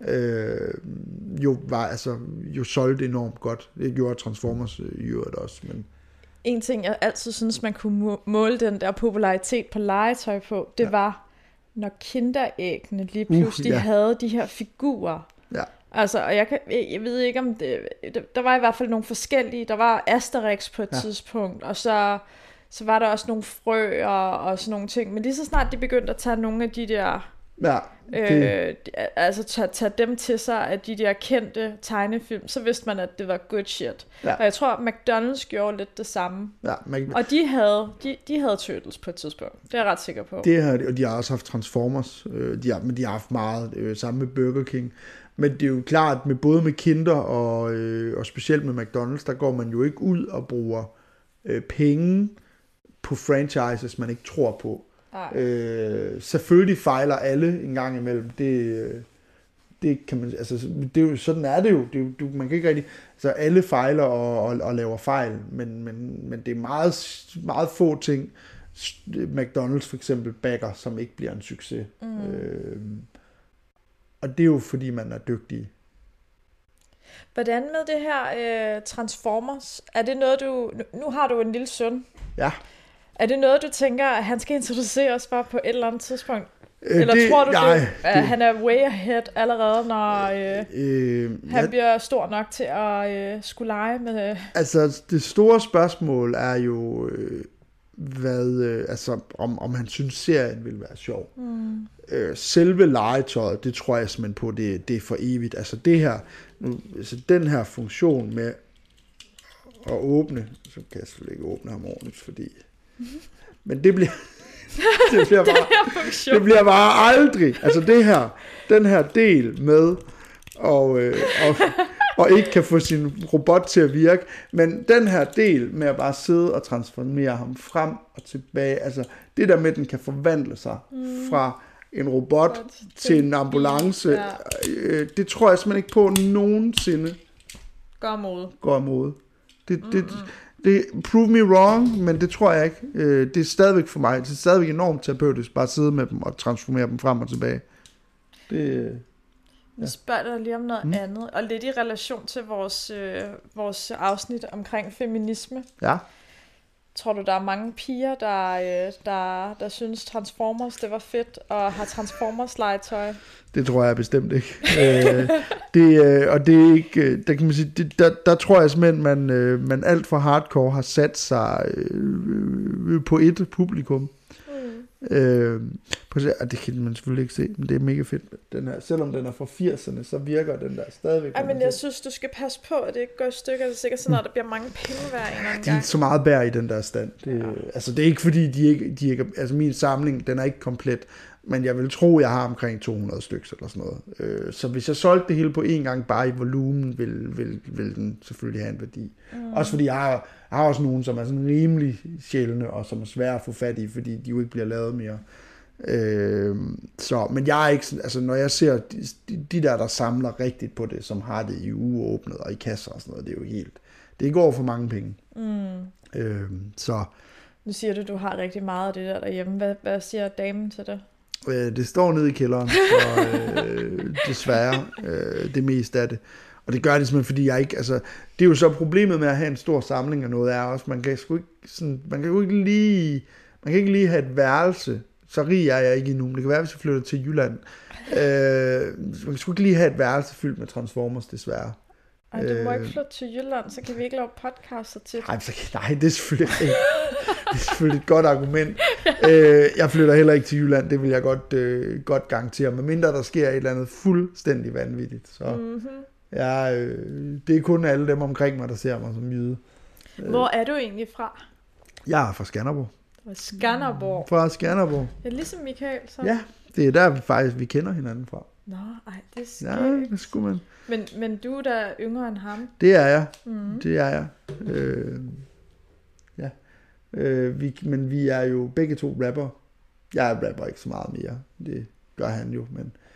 Jo solgte enormt godt. Det gjorde Transformers i øvrigt også. Men... En ting, jeg altid synes, man kunne måle den der popularitet på legetøj på, det var, når kinderæggene lige pludselig havde de her figurer. Ja. Altså, og jeg ved ikke om det, der var i hvert fald nogle forskellige, der var Asterix på et tidspunkt, og så var der også nogle frø og sådan nogle ting, men lige så snart de begyndte at tage nogle af de der Ja, altså tage dem til sig af de der kendte tegnefilm, så vidste man, at det var good shit. Ja. Og jeg tror, McDonald's gjorde lidt det samme. Ja, og de havde Turtles på et tidspunkt. Det er jeg ret sikker på. Det har de, og de har også haft Transformers. Men de har haft meget sammen med Burger King. Men det er jo klart, med både med Kinder og specielt med McDonald's, der går man jo ikke ud og bruger penge på franchises, man ikke tror på. Selvfølgelig fejler alle en gang imellem. Det kan man, altså det er jo, sådan er det jo. Man kan ikke rigtig, altså alle fejler og laver fejl, men det er meget meget få ting McDonald's for eksempel backer, som ikke bliver en succes. Og det er jo fordi man er dygtig. Hvordan med det her Transformers? Er det noget nu har du en lille søn? Ja. Er det noget, du tænker, at han skal introduceres for på et eller andet tidspunkt? Eller tror du, at han er way ahead allerede, når han bliver stor nok til at skulle lege med... Altså, det store spørgsmål er jo, om han synes, serien vil være sjov. Selve legetøjet, det tror jeg simpelthen på, det er for evigt. Altså det her, den her funktion med at åbne, så kan jeg selvfølgelig ikke åbne ham ordentligt, fordi... Men det bliver bare aldrig. Altså den her del med og ikke kan få sin robot til at virke, men den her del med at bare sidde og transformere ham frem og tilbage, altså det der med, at den kan forvandle sig fra en robot til en ambulance, det tror jeg simpelthen ikke på nogensinde går imod. Det prove me wrong, men det tror jeg ikke. Det er stadigvæk for mig. Det er stadigvæk enormt terapeutisk bare at sidde med dem og transformere dem frem og tilbage. Jeg spørger dig lige om noget andet, og lidt i relation til vores afsnit omkring feminisme. Ja. Tror du, der er mange piger, der synes Transformers, det var fedt, og har Transformers-legetøj? Det tror jeg bestemt ikke. Og det er ikke, der kan man sige, der tror jeg simpelthen, man alt for hardcore har sat sig på et publikum. Det kan man selvfølgelig ikke se, men det er mega fedt. Den her, selvom den er fra 80'erne, så virker den der stadigvæk. Men jeg synes, du skal passe på, at det ikke går i stykker. Det er sikkert sådan, at der bliver mange penge hver en anden gang. De er så meget bær i den der stand. Altså, det er ikke fordi, de ikke... Altså, min samling, den er ikke komplet, men jeg vil tro, jeg har omkring 200 stykker eller sådan noget. Så hvis jeg solgte det hele på en gang, bare i volumen, vil den selvfølgelig have en værdi. Også fordi jeg har også nogen, som er sådan rimelig sjældne, og som er svære at få fat i, fordi de jo ikke bliver lavet mere. Men jeg er ikke sådan, altså når jeg ser de der samler rigtigt på det, som har det i ugeåbnet og i kasser og sådan noget, det er jo helt, det går for mange penge. Nu siger du har rigtig meget af det der derhjemme. Hvad siger damen til det? Det står nede i kælderen, så desværre det meste af det. Og det gør det simpelthen, fordi jeg ikke, altså, det er jo så problemet med at have en stor samling af noget, er også, man kan ikke lige have et værelse, så rig er jeg ikke endnu, men det kan være, hvis jeg flytter til Jylland. Man kan sgu ikke lige have et værelse fyldt med Transformers, desværre. Ej, du må ikke flytte til Jylland, så kan vi ikke lave podcaster til det. Nej, det er selvfølgelig ikke. Det er selvfølgelig et godt argument. Jeg flytter heller ikke til Jylland, det vil jeg godt garantere. Medmindre der sker et eller andet fuldstændig vanvittigt. Så det er kun alle dem omkring mig, der ser mig som jyde. Hvor er du egentlig fra? Jeg er fra Skanderborg. Skanderborg? Fra Skanderborg. Ja, ligesom Michael, så. Ja, det er der vi kender hinanden fra. Nå, det er skægt. Ja, det skulle man. Men du er da yngre end ham? Det er jeg. Det er jeg. Men vi er jo begge to rapper. Jeg rapper ikke så meget mere. Det gør han jo,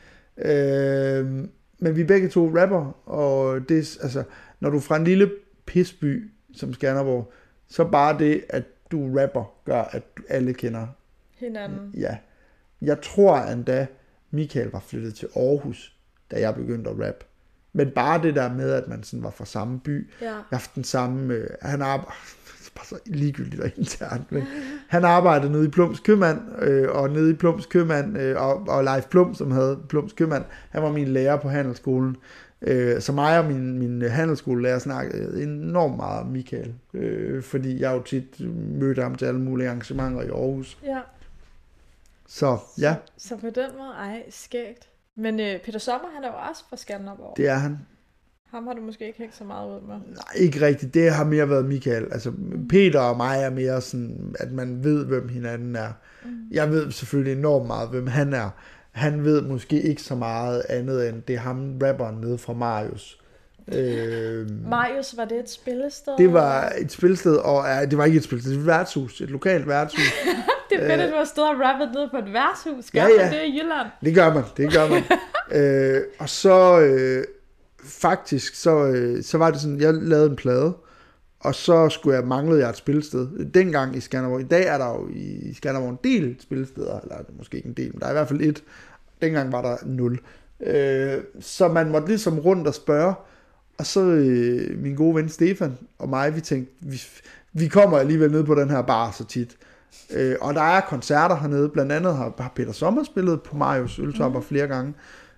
men vi er begge to rapper, og det altså, når du er fra en lille pisby som Skanderborg, så bare det, at du rapper, gør, at alle kender hinanden. Ja. Jeg tror endda, Michael var flyttet til Aarhus, da jeg begyndte at rappe. Men bare det der med, at man sådan var fra samme by. Ja. Jeg har haft den samme... Han arbejder... bare så ligegyldigt og internt. Men han arbejdede nede i Plums Købmand, og nede i Plums Købmand, og Leif Plum, som havde Plums Købmand, han var min lærer på handelsskolen. Så mig og min handelsskolelærer snakkede enormt meget om Michael, fordi jeg jo tit mødte ham til alle mulige arrangementer i Aarhus. Ja. Så ja. Så på den måde, skægt. Men Peter Sommer, han er jo også fra Skanderborg. Det er han. Ham har du måske ikke hængt så meget ud med. Nej, ikke rigtigt. Det har mere været Michael. Altså, Peter og mig er mere sådan, at man ved, hvem hinanden er. Jeg ved selvfølgelig enormt meget, hvem han er. Han ved måske ikke så meget andet end det er ham, rapperen nede fra Marius. Marius, var det et spillested? Det var et spillested, og det var ikke et spillested, det var et værtshus, et lokalt værtshus. Det er fedt, at du har stået og rappet nede på et værtshus. Gør man det i Jylland? Det gør man. Og så faktisk, så var det sådan, jeg lavede en plade, og så manglede jeg et spillested. Dengang i Skanderborg. I dag er der jo i Skanderborg en del spillesteder, eller måske ikke en del, men der er i hvert fald et. Dengang var der 0. Så man måtte ligesom rundt og spørge, og så min gode ven Stefan og mig, vi tænkte, vi kommer alligevel ned på den her bar så tit. Og der er koncerter hernede, blandt andet har Peter Sommer spillet på Marius Øltopper flere gange,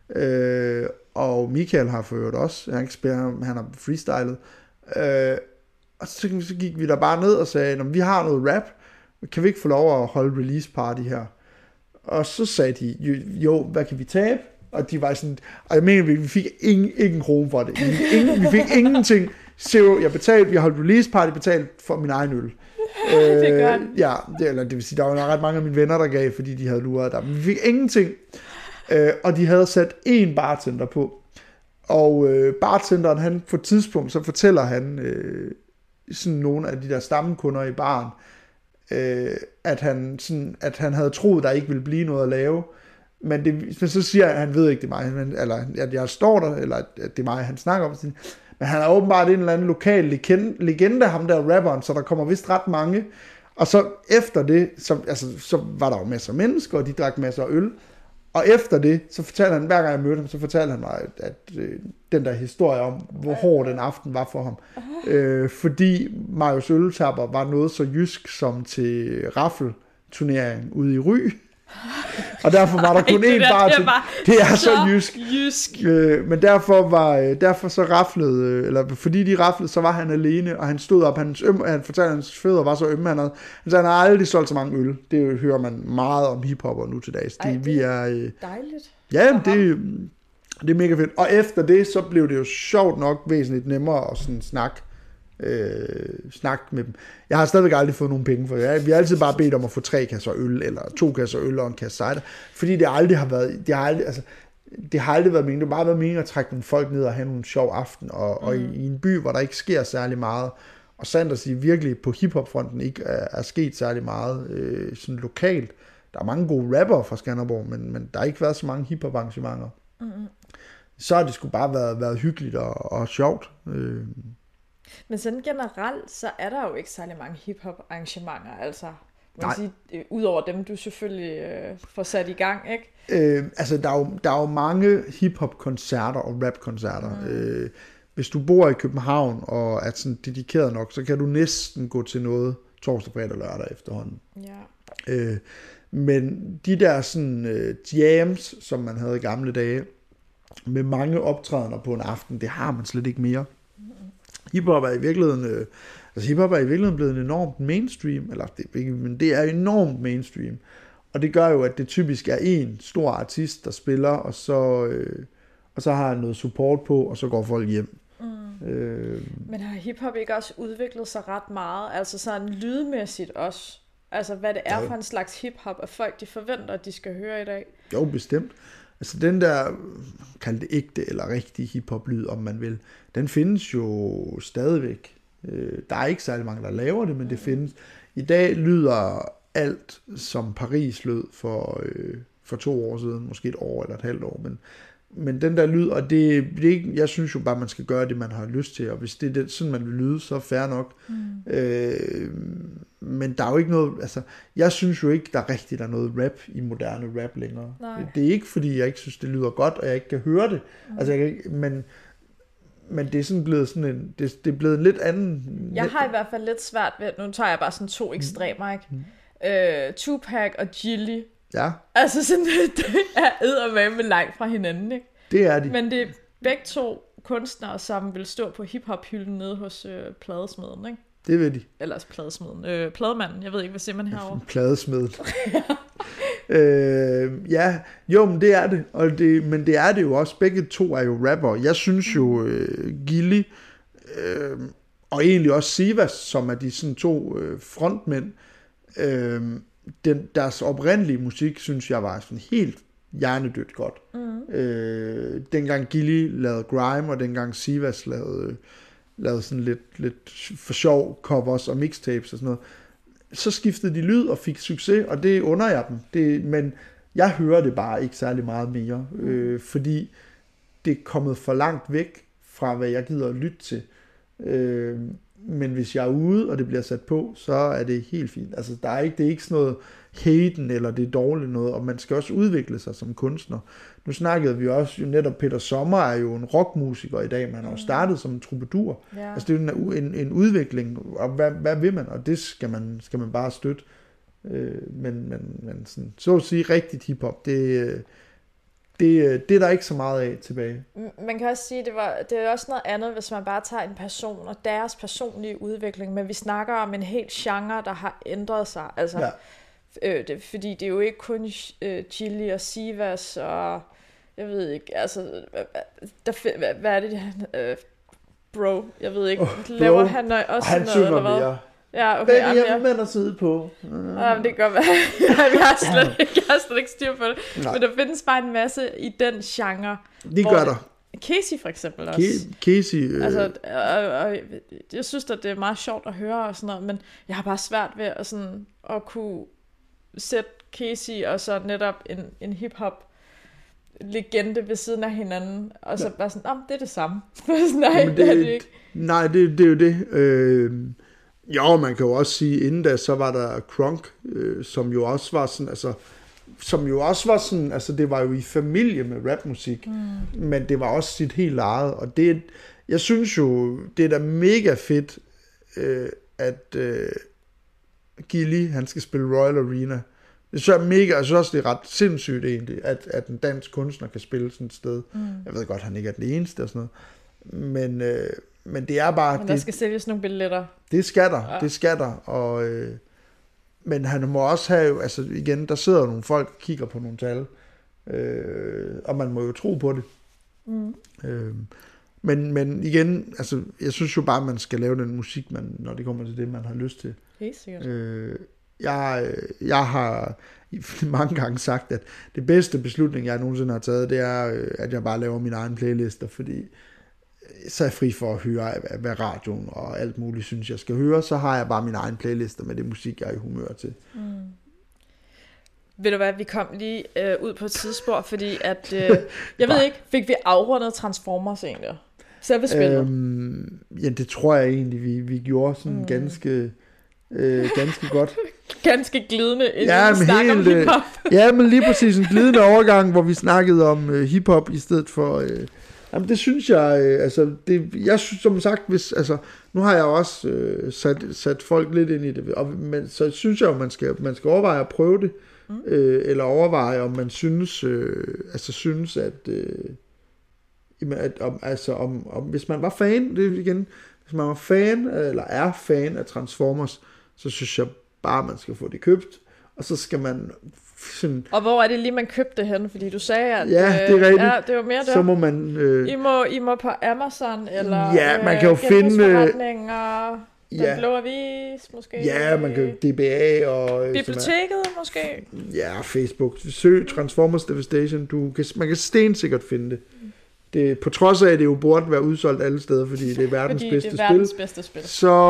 og Michael har forøvet også, han har freestylet, og så gik vi der bare ned og sagde, vi har noget rap, kan vi ikke få lov at holde release party her? Og så sagde de, jo, hvad kan vi tabe? Og de var sådan, og jeg mener, vi fik ikke en krone for det. Vi fik ingenting. Zero, vi holdt release party, betalt for min egen øl. Det er godt. Ja, det vil sige, der var ret mange af mine venner, der gav, fordi de havde luret der. Men vi fik ingenting. Og de havde sat en bartender på. Og bartenderen, han på et tidspunkt, så fortæller han sådan nogle af de der stammekunder i baren, at han havde troet, der ikke ville blive noget at lave. Men så siger han, at han ved ikke, det er mig, eller at jeg står der, eller at det er mig, han snakker om. Men han er åbenbart en eller anden lokal legende, ham der rapperen, så der kommer vist ret mange. Og så efter det, så var der jo masser af mennesker, og de drak masser af øl. Og efter det, så fortalte han, hver gang jeg mødte ham, så fortalte han mig, at den der historie om, hvor hård den aften var for ham. Fordi Marius Øltopper var noget så jysk som til raffelturnering ude i Ry. Og derfor var der kun én bar til. Det er så jysk. Men derfor så raflede, eller fordi de raflede, så var han alene, og han stod op, han fortalte, at hans fødder var så ømme, han har aldrig solgt så mange øl. Det hører man meget om hiphopper nu til dags. Det er dejligt. Ja, det er mega fedt. Og efter det, så blev det jo sjovt nok væsentligt nemmere at sådan snakke med dem. Jeg har stadigvæk aldrig fået nogen penge for det. Vi har altid bare bedt om at få 3 kasser øl, eller 2 kasser øl og en kasse cider, fordi det aldrig har været, det har aldrig været meningen. Det har bare været meningen at trække nogle folk ned og have nogle sjov aften, og i en by, hvor der ikke sker særlig meget, og sandt at sige, virkelig på hiphopfronten ikke er sket særlig meget sådan lokalt. Der er mange gode rappere fra Skanderborg, men der har ikke været så mange hiphop arrangementer. Så har det sgu bare været hyggeligt og sjovt. Men sådan generelt, så er der jo ikke særlig mange hiphop arrangementer, altså. Man kan sige, udover dem, du selvfølgelig får sat i gang, ikke? Der er jo mange hiphop-koncerter og rap-koncerter. Hvis du bor i København og er sådan dedikeret nok, så kan du næsten gå til noget torsdag, fredag og lørdag efterhånden. Ja. Men de der sådan jams, som man havde i gamle dage, med mange optrædener på en aften, det har man slet ikke mere. Hiphop er i virkeligheden blevet enormt mainstream, men det er enormt mainstream, og det gør jo, at det typisk er en stor artist, der spiller, og så har han noget support på, og så går folk hjem. Men har hiphop ikke også udviklet sig ret meget, altså sådan lydmæssigt også? Altså hvad det er for en slags hiphop, at folk de forventer, at de skal høre i dag? Jo, bestemt. Altså den der, kald det ægte eller rigtig hiphop-lyd, om man vil, den findes jo stadigvæk. Der er ikke særlig mange, der laver det, men det findes. I dag lyder alt, som Paris lød for 2 år siden, måske 1 år eller et halvt år, men den der lyd, og det er ikke, jeg synes jo bare, man skal gøre det, man har lyst til, og hvis det er sådan, man vil lyde, så er fair nok. Men der er jo ikke noget, altså, jeg synes jo ikke, der er noget rap i moderne rap længere. Nej. Det er ikke, fordi jeg ikke synes, det lyder godt, og jeg ikke kan høre det. Altså, men det er sådan blevet sådan det er blevet en lidt anden. Jeg har i hvert fald lidt svært ved, nu tager jeg bare sådan 2 ekstremer, ikke? Tupac og Jilly. Ja. Altså sådan, det er eddermame langt fra hinanden, ikke? Det er de. Men det er begge 2 kunstnere, som vil stå på hiphop-hylden nede hos pladesmeden, ikke? Det ved de. Ellers pladesmeden. Plademanden, jeg ved ikke, hvad siger man herovre? Pladesmeden. Ja, jo, men det er det. Men det er det jo også. Begge to er jo rapper. Jeg synes jo, Gilly og egentlig også Sivas, som er de sådan to frontmænd, deres oprindelige musik, synes jeg var sådan helt hjernedødt godt. Dengang Gilly lavede grime, og dengang Sivas lavede sådan lidt for sjov covers og mixtapes og sådan noget, så skiftede de lyd og fik succes, og det under jeg dem. Men jeg hører det bare ikke særlig meget mere, fordi det er kommet for langt væk fra, hvad jeg gider at lytte til. Men hvis jeg er ude, og det bliver sat på, så er det helt fint. Altså, det er ikke sådan noget haten, eller det er dårligt noget, og man skal også udvikle sig som kunstner. Nu snakkede vi også, jo netop Peter Sommer er jo en rockmusiker i dag, man har jo startet som en troubadour. Yeah. Altså, det er jo en udvikling, og hvad vil man? Og det skal man bare støtte. Men sådan, så at sige, rigtigt hiphop, det er der ikke så meget af tilbage. Man kan også sige, det er også noget andet, hvis man bare tager en person og deres personlige udvikling, men vi snakker om en helt genre, der har ændret sig. Altså, fordi det er jo ikke kun Chili og Sivas og jeg ved ikke, altså hvad er det bro, jeg ved ikke, laver han også han noget eller hvad? Mere. Ja, okay. Det er mænd at sidde på. Det kan godt være. Jeg har slet ikke styr på det. Nej. Men der findes bare en masse i den genre. Det gør der. Casey for eksempel også. Casey. Altså, jeg synes at det er meget sjovt at høre og sådan noget, men jeg har bare svært ved at kunne sætte Casey og så netop en hip-hop legende ved siden af hinanden, og så bare sådan, det er det samme. Nej, det er det ikke. Nej, det er jo det. Jo, man kan jo også sige, inden da, så var der Crunk, som jo også var sådan, altså det var jo i familie med rapmusik, men det var også sit helt eget, og det, jeg synes jo, det er da mega fedt, at Gilly, han skal spille Royal Arena. Det synes jeg mega, jeg synes også, det er ret sindssygt egentlig, at en dansk kunstner kan spille sådan et sted. Jeg ved godt, han ikke er den eneste og sådan noget, men det er bare... Men der skal sælges nogle billetter. Det skal der, og... men han må også have, altså igen, der sidder nogle folk og kigger på nogle tal, og man må jo tro på det. Men igen, altså, jeg synes jo bare, man skal lave den musik, når det kommer til det, man har lyst til. Helt sikkert. Jeg har mange gange sagt, at det bedste beslutning, jeg nogensinde har taget, det er, at jeg bare laver mine egne playlister, fordi så er jeg fri for at høre, hvad radioen og alt muligt synes, jeg skal høre, så har jeg bare mine egne playlister med det musik, jeg er i humør til. Ved du hvad, vi kom lige ud på et tidsspor, fordi at, jeg ved ikke, fik vi afrundet Transformers egentlig? Selve spillet? Ja, det tror jeg egentlig, vi gjorde sådan ganske godt. Ganske glidende, inden vi snakker om hiphop. Ja, men lige præcis en glidende overgang, hvor vi snakkede om hiphop i stedet for... Jamen det synes jeg, altså, jeg synes som sagt, nu har jeg også sat folk lidt ind i det, men så synes jeg jo, man skal overveje at prøve det, eller overveje, om man synes, hvis man var fan, det igen, hvis man var fan, eller er fan af Transformers, så synes jeg bare, man skal få det købt, og så skal man... Sådan, og hvor er det lige, man købte det hen? Fordi du sagde, at det er rigtigt. Ja, det var mere der. Så må man... I må på Amazon, eller man kan jo finde... og Den Blå Avis, måske. Ja, man kan DBA og... Biblioteket, måske. Ja, Facebook. Søg Transformers Devastation. Man kan stensikkert finde det. På trods af, at det jo burde være udsolgt alle steder, fordi det er verdens bedste spil.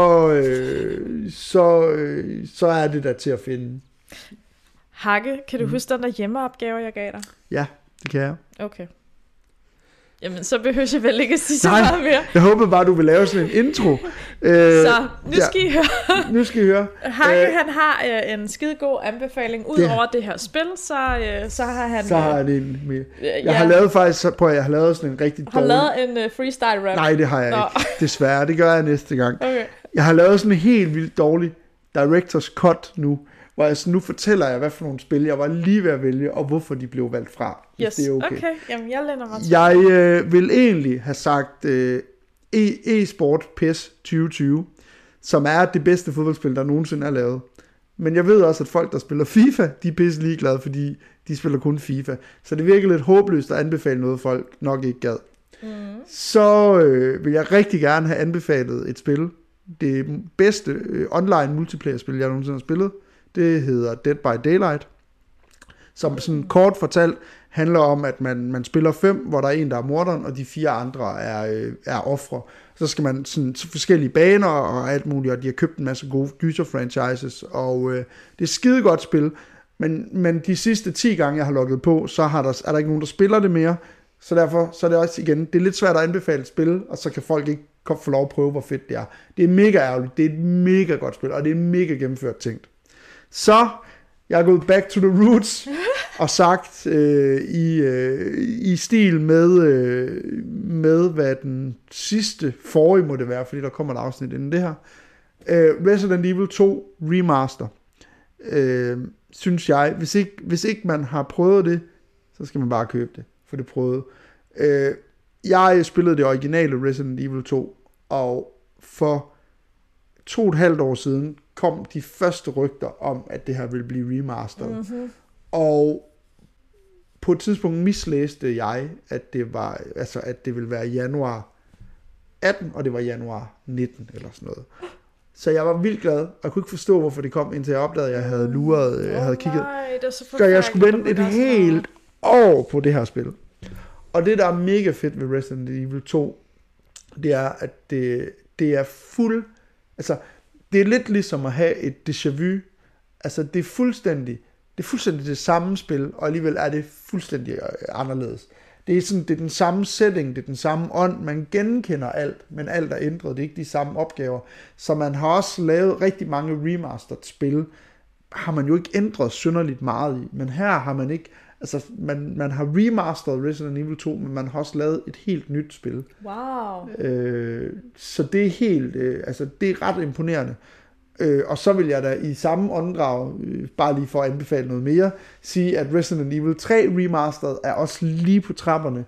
Så er det der til at finde. Hakke, kan du huske den der hjemmeopgave, jeg gav dig? Ja, det kan jeg. Okay. Jamen, så behøver jeg vel ikke at sige så meget mere. Jeg håber bare, du vil lave sådan en intro. Så, skal I høre. Nu skal I høre. Hakke, han har en skidegod anbefaling. Udover det her spil, så har han... Så har det en mere. Jeg har lavet faktisk... jeg har lavet sådan en rigtig dårlig... Har lavet en freestyle rap? Nej, det har jeg ikke. Desværre, det gør jeg næste gang. Okay. Jeg har lavet sådan en helt vildt dårlig director's cut nu, hvor jeg nu fortæller jeg, hvad for nogle spil jeg var lige ved at vælge, og hvorfor de blev valgt fra. Yes, det er okay. Jamen, jeg lænder mig til. Jeg vil egentlig have sagt eSport PES 2020, som er det bedste fodboldspil, der nogensinde er lavet. Men jeg ved også, at folk, der spiller FIFA, de er pisse ligeglade, fordi de spiller kun FIFA. Så det virker lidt håbløst at anbefale noget, folk nok ikke gad. Så vil jeg rigtig gerne have anbefalet et spil. Det bedste online multiplayer-spil, jeg nogensinde har spillet, det hedder Dead by Daylight. Som sådan kort fortalt handler om, at man spiller 5, hvor der er en, der er morderen, og de 4 andre er ofre. Så skal man sådan forskellige baner og alt muligt, og de har købt en masse gode gyser-franchises, og det er et skide godt spil. Men de sidste 10 gange, jeg har logget på, så er der ikke nogen, der spiller det mere. Så derfor så er det også igen, det er lidt svært at anbefale et spil, og så kan folk ikke få lov at prøve, hvor fedt det er. Det er mega ærgerligt, det er et mega godt spil, og det er mega gennemført tænkt. Så jeg er gået back to the roots, og sagt i stil med hvad den forrige må det være, fordi der kommer et afsnit inden det her. Resident Evil 2 Remaster. Synes jeg, hvis ikke man har prøvet det, så skal man bare købe det, for det prøvede. Jeg spillede det originale Resident Evil 2, og for 2,5 år siden kom de første rygter om, at det her ville blive remasteret. Mm-hmm. Og på et tidspunkt mislæste jeg, at det ville være januar 18, og det var januar 19 eller sådan noget. Så jeg var vildt glad, og jeg kunne ikke forstå, hvorfor det kom, indtil jeg opdagede, at jeg havde luret, jeg havde kigget. Så jeg skulle vente et helt år på det her spil. Og det, der er mega fedt ved Resident Evil 2, det er, at det er det er lidt ligesom at have et déjà vu. Altså, det er fuldstændig det samme spil, og alligevel er det fuldstændig anderledes. Det er den samme setting, det er den samme ånd, man genkender alt, men alt er ændret, det er ikke de samme opgaver. Så man har også lavet rigtig mange remastered spil, har man jo ikke ændret synderligt meget i, men her har man ikke, altså man har remasteret Resident Evil 2, men man har også lavet et helt nyt spil. Wow. Så det er helt, det er ret imponerende. Og så vil jeg da i samme åndedrag, bare lige for at anbefale noget mere, sige, at Resident Evil 3 Remastered er også lige på trapperne.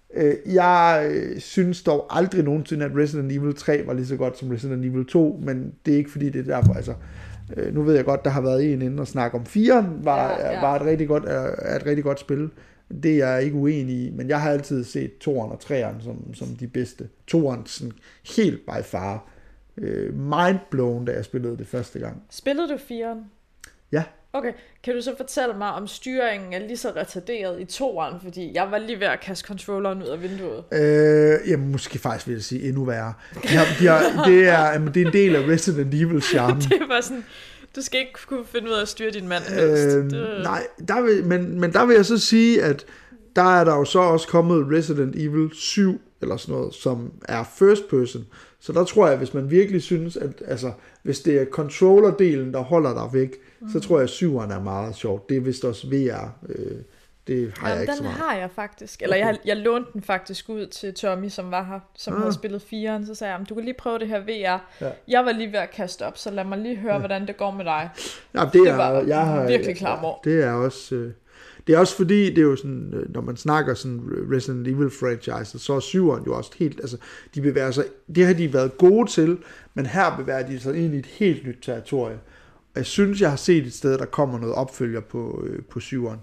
Jeg synes dog aldrig nogensinde, at Resident Evil 3 var lige så godt som Resident Evil 2, men det er ikke fordi, det er derfor, altså. Nu ved jeg godt, der har været en inden og snakke om 4'eren, var et rigtig godt spil. Det er jeg ikke uenig i, men jeg har altid set 2'eren og 3'eren som de bedste. 2'eren sådan helt by far. Mindblown, da jeg spillede det første gang. Spillede du 4'eren? Ja. Okay, kan du så fortælle mig, om styringen er lige så retarderet i 2'eren, fordi jeg var lige ved at kaste controlleren ud af vinduet. Jamen, måske faktisk vil jeg sige endnu værre. Det er en del af Resident Evil charme. Det var sådan, du skal ikke kunne finde ud af at styre din mand helst. Nej, men der vil jeg så sige, at der er der jo så også kommet Resident Evil 7, eller sådan noget, som er first person. Så der tror jeg, hvis man virkelig synes, at hvis det er controller-delen, der holder dig væk, så tror jeg, at 7'eren er meget sjovt. Det er vist også VR. Det har jeg ikke så meget. Den har jeg faktisk. Eller okay. jeg lånte den faktisk ud til Tommy, som var her, som havde spillet 4'eren. Så sagde jeg, du kan lige prøve det her VR. Ja. Jeg var lige ved at kaste op, så lad mig lige høre, hvordan det går med dig. Ja, det var virkelig klar over. Det er også... Det er også fordi, det er jo sådan, når man snakker sådan Resident Evil franchise, så er 7'eren jo også helt, altså, de bevæger sig, det har de været gode til, men her bevæger de sig ind i et helt nyt territorie. Og jeg synes, jeg har set et sted, der kommer noget opfølger på 7'eren.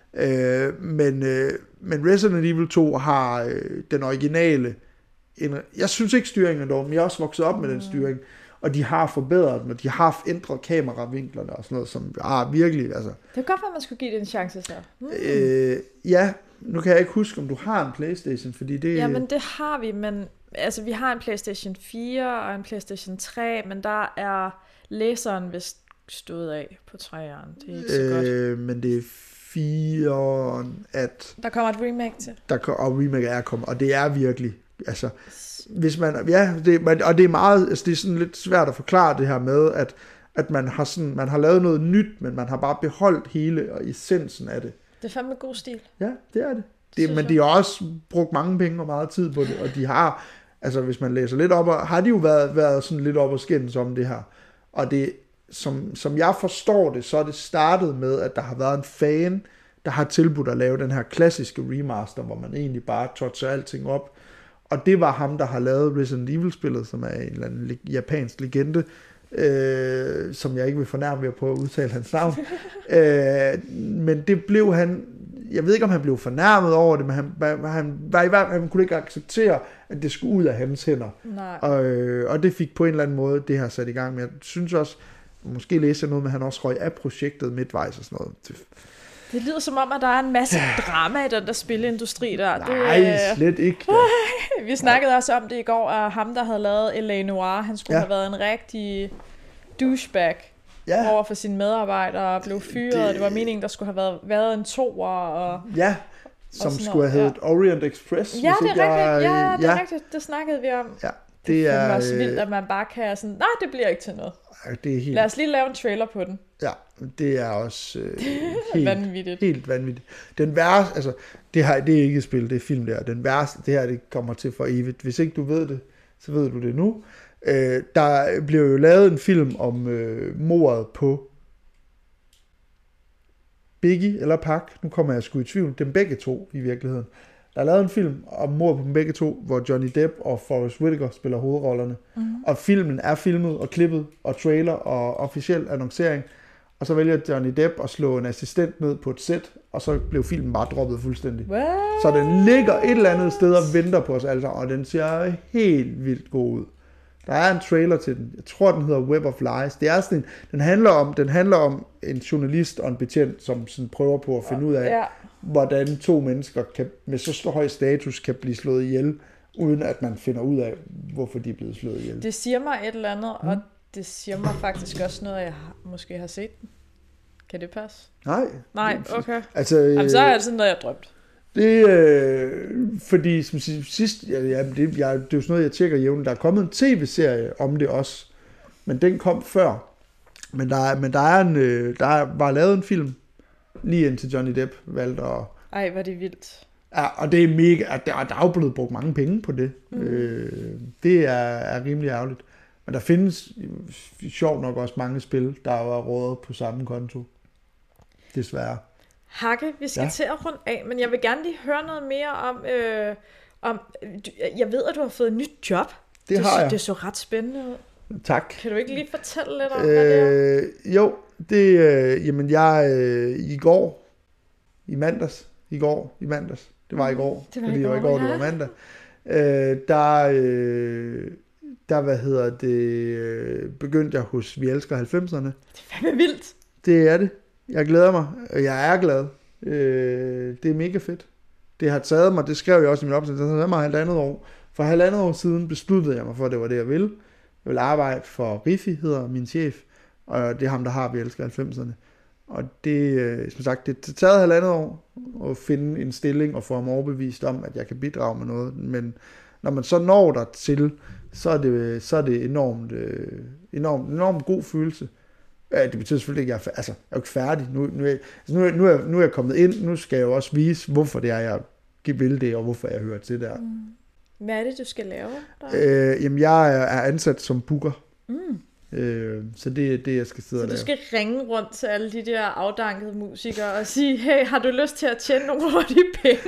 Men Resident Evil 2 har den originale, jeg synes ikke styringen er dårlig, men jeg er også vokset op med den styring, og de har forbedret den, og de har ændret kameravinklerne og sådan noget, som virkelig, altså... Det er godt, at man skulle give det en chance så. Ja, nu kan jeg ikke huske, om du har en PlayStation, fordi det... Jamen, det har vi, men... Altså, vi har en PlayStation 4 og en PlayStation 3, men der er læseren vist stået af på 3'eren. Det er ikke så godt. Men det er 4'eren, at... Der kommer et remake til. Og remake er kommet, og det er virkelig... Altså, hvis man, og det er meget, altså det er sådan lidt svært at forklare det her med, at man har lavet noget nyt, men man har bare beholdt hele og essensen af det. Det er fandme god stil. Ja, det er det. Men de har også brugt mange penge og meget tid på det, og de har, altså hvis man læser lidt op, har de jo været sådan lidt op og skændes om det her. Og det, som jeg forstår det, så er det startet med, at der har været en fan, der har tilbudt at lave den her klassiske remaster, hvor man egentlig bare toucher alting op. Og det var ham, der har lavet Resident Evil-spillet, som er en eller anden japansk legende, som jeg ikke vil fornærme ved at prøve at udtale hans navn. Men det blev han, jeg ved ikke om han blev fornærmet over det, men han var i hvert fald, han kunne ikke acceptere, at det skulle ud af hans hænder. Og det fik på en eller anden måde det her sat i gang. Men jeg synes også, måske læser noget med, at han også røg af projektet midtvejs og sådan noget. Det lyder som om, at der er en masse drama i den der spilindustri der. Nej, slet ikke. Vi snakkede også om det i går, at ham, der havde lavet L.A. Noire, han skulle have været en rigtig douchebag over for sine medarbejdere og blev fyret. Det var meningen, der skulle have været en toer. Og som skulle have heddet Orient Express. Ja, det er rigtigt. Det er rigtigt. Det snakkede vi om. Ja, det er også vildt, at man bare kan sådan, nej, det bliver ikke til noget. Det er helt... Lad os lige lave en trailer på den. Ja, det er også helt vanvittigt. Helt vanvittigt. Den værste, altså, det er ikke et spil, det er film der. Den værste, det her, det kommer til for evigt. Hvis ikke du ved det, så ved du det nu. Der blev jo lavet en film om mordet på Biggie eller Pac. Nu kommer jeg sgu i tvivl. Dem begge to i virkeligheden. Der er lavet en film om mord på dem begge to, hvor Johnny Depp og Forest Whitaker spiller hovedrollerne. Og filmen er filmet og klippet og trailer og officiel annoncering. Og så vælger Johnny Depp at slå en assistent ned på et sæt, og så blev filmen bare droppet fuldstændig. What? Så den ligger et eller andet sted og venter på os alle sammen, og den ser helt vildt god ud. Der er en trailer til den. Jeg tror, den hedder Web of Lies. Det er sådan den handler om en journalist og en betjent, som sådan prøver på at finde ud af, hvordan to mennesker med så stor høj status kan blive slået ihjel, uden at man finder ud af, hvorfor de er blevet slået ihjel. Det siger mig et eller andet, og det siger mig faktisk også noget, jeg måske har set den. Kan det passe? Nej, okay. Altså, så er det sådan noget, jeg drømt. Det fordi som sidst, det er jo sådan noget, jeg tjekker jævnligt. Der er kommet en tv-serie om det også, men den kom før. Men der var lavet en film, lige indtil Johnny Depp valgte at... Ej, var det vildt. Ja, og det er mega... Der er jo blevet brugt mange penge på det. Det er rimelig ærgerligt. Men der findes sjovt nok også mange spil, der var rådet på samme konto. Desværre. Hakke, vi skal til at runde af, men jeg vil gerne lige høre noget mere om jeg ved, at du har fået et nyt job. Det har jeg. Det så ret spændende ud. Tak. Kan du ikke lige fortælle lidt om, hvad det er? Jo, jamen jeg i mandags, det var i går, fordi det var i går, det var mandag, begyndte jeg hos Vi Elsker 90'erne. Det er fandme vildt. Det er det. Jeg glæder mig, og jeg er glad. Det er mega fedt. Det har taget mig, det skrev jeg også i min opsætning, det har taget mig 1,5 år. For 1,5 år siden besluttede jeg mig for, at det var det, jeg ville. Jeg vil arbejde for Riffi, hedder min chef, og det er ham, der har Vi Elsker 90'erne. Og det, som sagt, det har taget 1,5 år at finde en stilling og få ham overbevist om, at jeg kan bidrage med noget. Men når man så når der til, så er det enormt god følelse. Det betyder selvfølgelig ikke, at jeg er jo ikke færdig. Nu er jeg kommet ind, nu skal jeg jo også vise, hvorfor det er, jeg vil det, og hvorfor jeg hører til der. Hvad er det, du skal lave? Jamen, jeg er ansat som booker. Så det er det, jeg skal sidde og lave. Så du skal ringe rundt til alle de der afdankede musikere og sige, hey, har du lyst til at tjene nogle hurtige penge?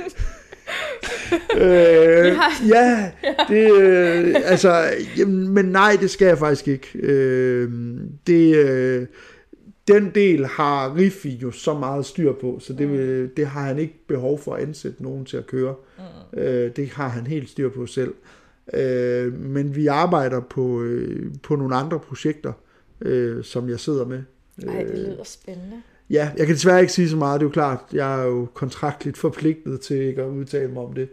Ja, det men nej, det skal jeg faktisk ikke. Den del har Riffi jo så meget styr på, så det har han ikke behov for at ansætte nogen til at køre. Det har han helt styr på selv. Men vi arbejder på nogle andre projekter, som jeg sidder med. Ej, det lyder spændende. Ja, jeg kan desværre ikke sige så meget, det er jo klart, jeg er jo kontraktligt forpligtet til ikke at udtale mig om det.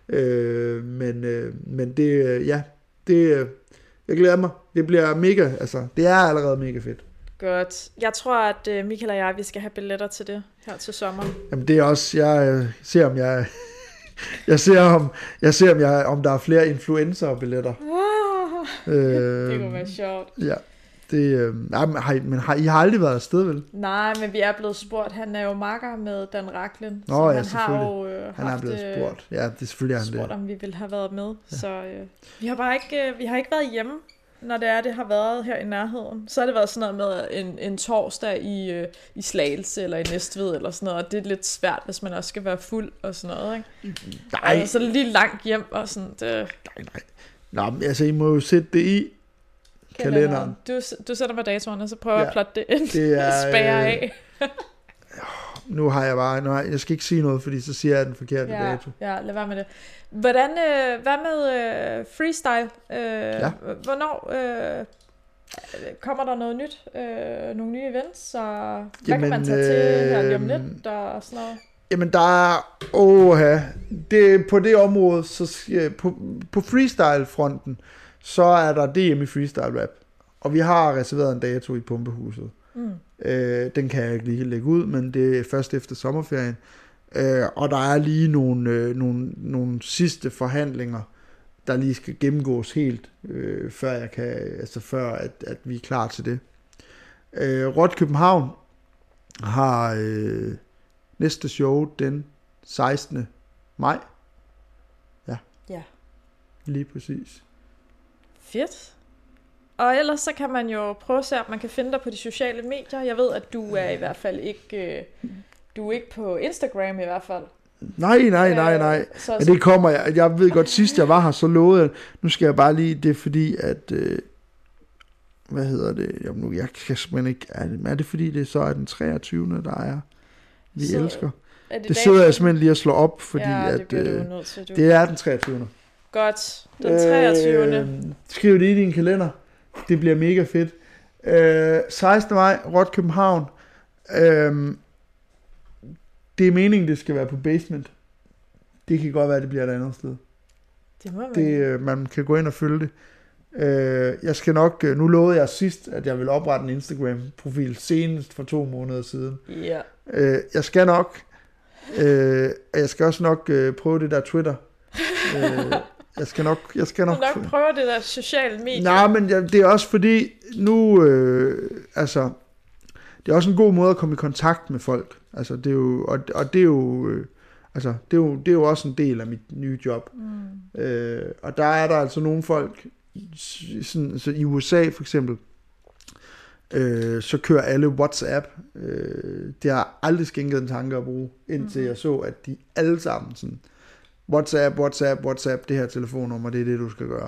Men det, jeg glæder mig. Det bliver mega, det er allerede mega fedt. Godt. Jeg tror, at Michael og vi skal have billetter til det her til sommeren. Jamen det er også, jeg ser om der er flere influencer-billetter. Det kunne være sjovt. Ja. Men I har aldrig været afsted, vel? Nej, men vi er blevet spurgt. Han er jo makker med Dan Rachlin. Nå, så han har jo han er blevet spurgt. Ja, det er selvfølgelig han spurgt, om vi ville have været med. Ja. Så vi har bare ikke været hjemme, når det har været her i nærheden. Så har det været sådan noget med en torsdag i Slagelse eller i Næstved eller sådan noget. Og det er lidt svært, hvis man også skal være fuld og sådan noget, ikke? Nej. Altså, så er det lige langt hjem og sådan. Det... Nej. Nå, I må jo sætte det i. kalenderen. Du sender mig datoren, og så prøver jeg at plotte det ind. Det er, spærer af. Nu har jeg bare... jeg skal ikke sige noget, fordi så siger jeg den forkerte dato. Ja, lad være med det. Hvad med freestyle? Hvornår kommer der noget nyt? Nogle nye events? Og hvad kan man tage til her lige om lidt og sådan noget? Jamen der er... det, på det område, så på freestyle-fronten, så er der DM i freestyle rap. Og vi har reserveret en dato i Pumpehuset. Den kan jeg ikke lige lægge ud, men det er først efter sommerferien. Og der er lige nogle sidste forhandlinger, der lige skal gennemgås helt, før at vi er klar til det. Rot København har næste show den 16. maj. Ja. Lige præcis. Fedt. Og ellers så kan man jo prøve at se, om man kan finde dig på de sociale medier. Jeg ved, at du er i hvert fald ikke... Du er ikke på Instagram i hvert fald. Nej. Men det kommer jeg. Jeg ved godt, sidst jeg var her, så lovede jeg. Nu skal jeg bare lige... Det er fordi, at... hvad hedder det? Jamen nu, jeg kan simpelthen ikke... Er det fordi, det så er den 23. der er... Vi så elsker. Det sidder jeg simpelthen lige at slå op, fordi at... Det er den 23. Godt. Den 23. Skriv det i din kalender. Det bliver mega fedt. 16. maj, Rot København. Det er meningen, det skal være på Basement. Det kan godt være, det bliver et andet sted. Det må man. Man kan gå ind og følge det. Jeg skal nok... Nu lovede jeg sidst, at jeg vil oprette en Instagram-profil senest for 2 måneder siden. Ja. Jeg skal nok... jeg skal også nok prøve det der Twitter. Jeg skal nok prøve det der sociale medier. Nej, men det er også fordi nu det er også en god måde at komme i kontakt med folk. Altså det er jo og det er jo det er jo også en del af mit nye job. Og der er der altså nogle folk sådan, så i USA for eksempel så kører alle WhatsApp. Det har aldrig skænket en tanke at bruge, indtil jeg så, at de alle sammen sådan WhatsApp, det her telefonnummer, det er det, du skal gøre.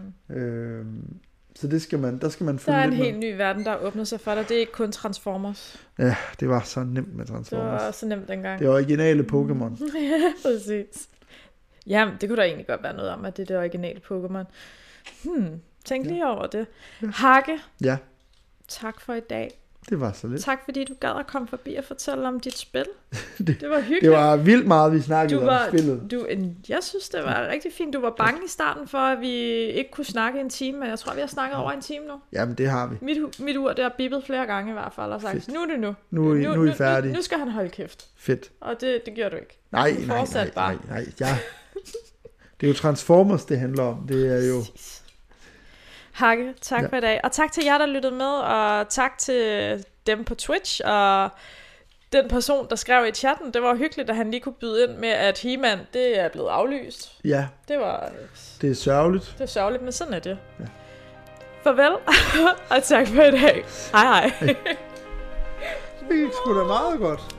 Så der skal man følge. Der er en helt ny verden, der åbner sig for dig. Det er ikke kun Transformers. Ja, det var så nemt med Transformers. Det var så nemt dengang. Det er originale Pokémon. Ja, præcis. Jamen, det kunne da egentlig godt være noget om, at det er det originale Pokémon. Tænk lige over det. Hakke. Ja. Tak for i dag. Det var så lidt. Tak fordi du gad at komme forbi og fortælle om dit spil. Det var hyggeligt. Det var vildt meget, vi snakkede om spillet. Jeg synes, det var rigtig fint. Du var bange i starten for, at vi ikke kunne snakke en time, men jeg tror, vi har snakket over en time nu. Jamen, det har vi. Mit ur, det har bippet flere gange i hvert fald, og sagt, fedt. Nu er det nu. Nu er I færdige. Nu skal han holde kæft. Fedt. Og det gør du ikke. Nej. Ja. Det er jo Transformers, det handler om. Det er jo... Hakke, tak for i dag. Og tak til jer, der lyttede med, og tak til dem på Twitch, og den person, der skrev i chatten. Det var hyggeligt, at han lige kunne byde ind med, at He-Man, det er blevet aflyst. Ja. Det er sørgeligt. Det er sørgeligt, men sådan er det. Ja. Farvel, og tak for i dag. Hej. Det gik sgu da meget godt.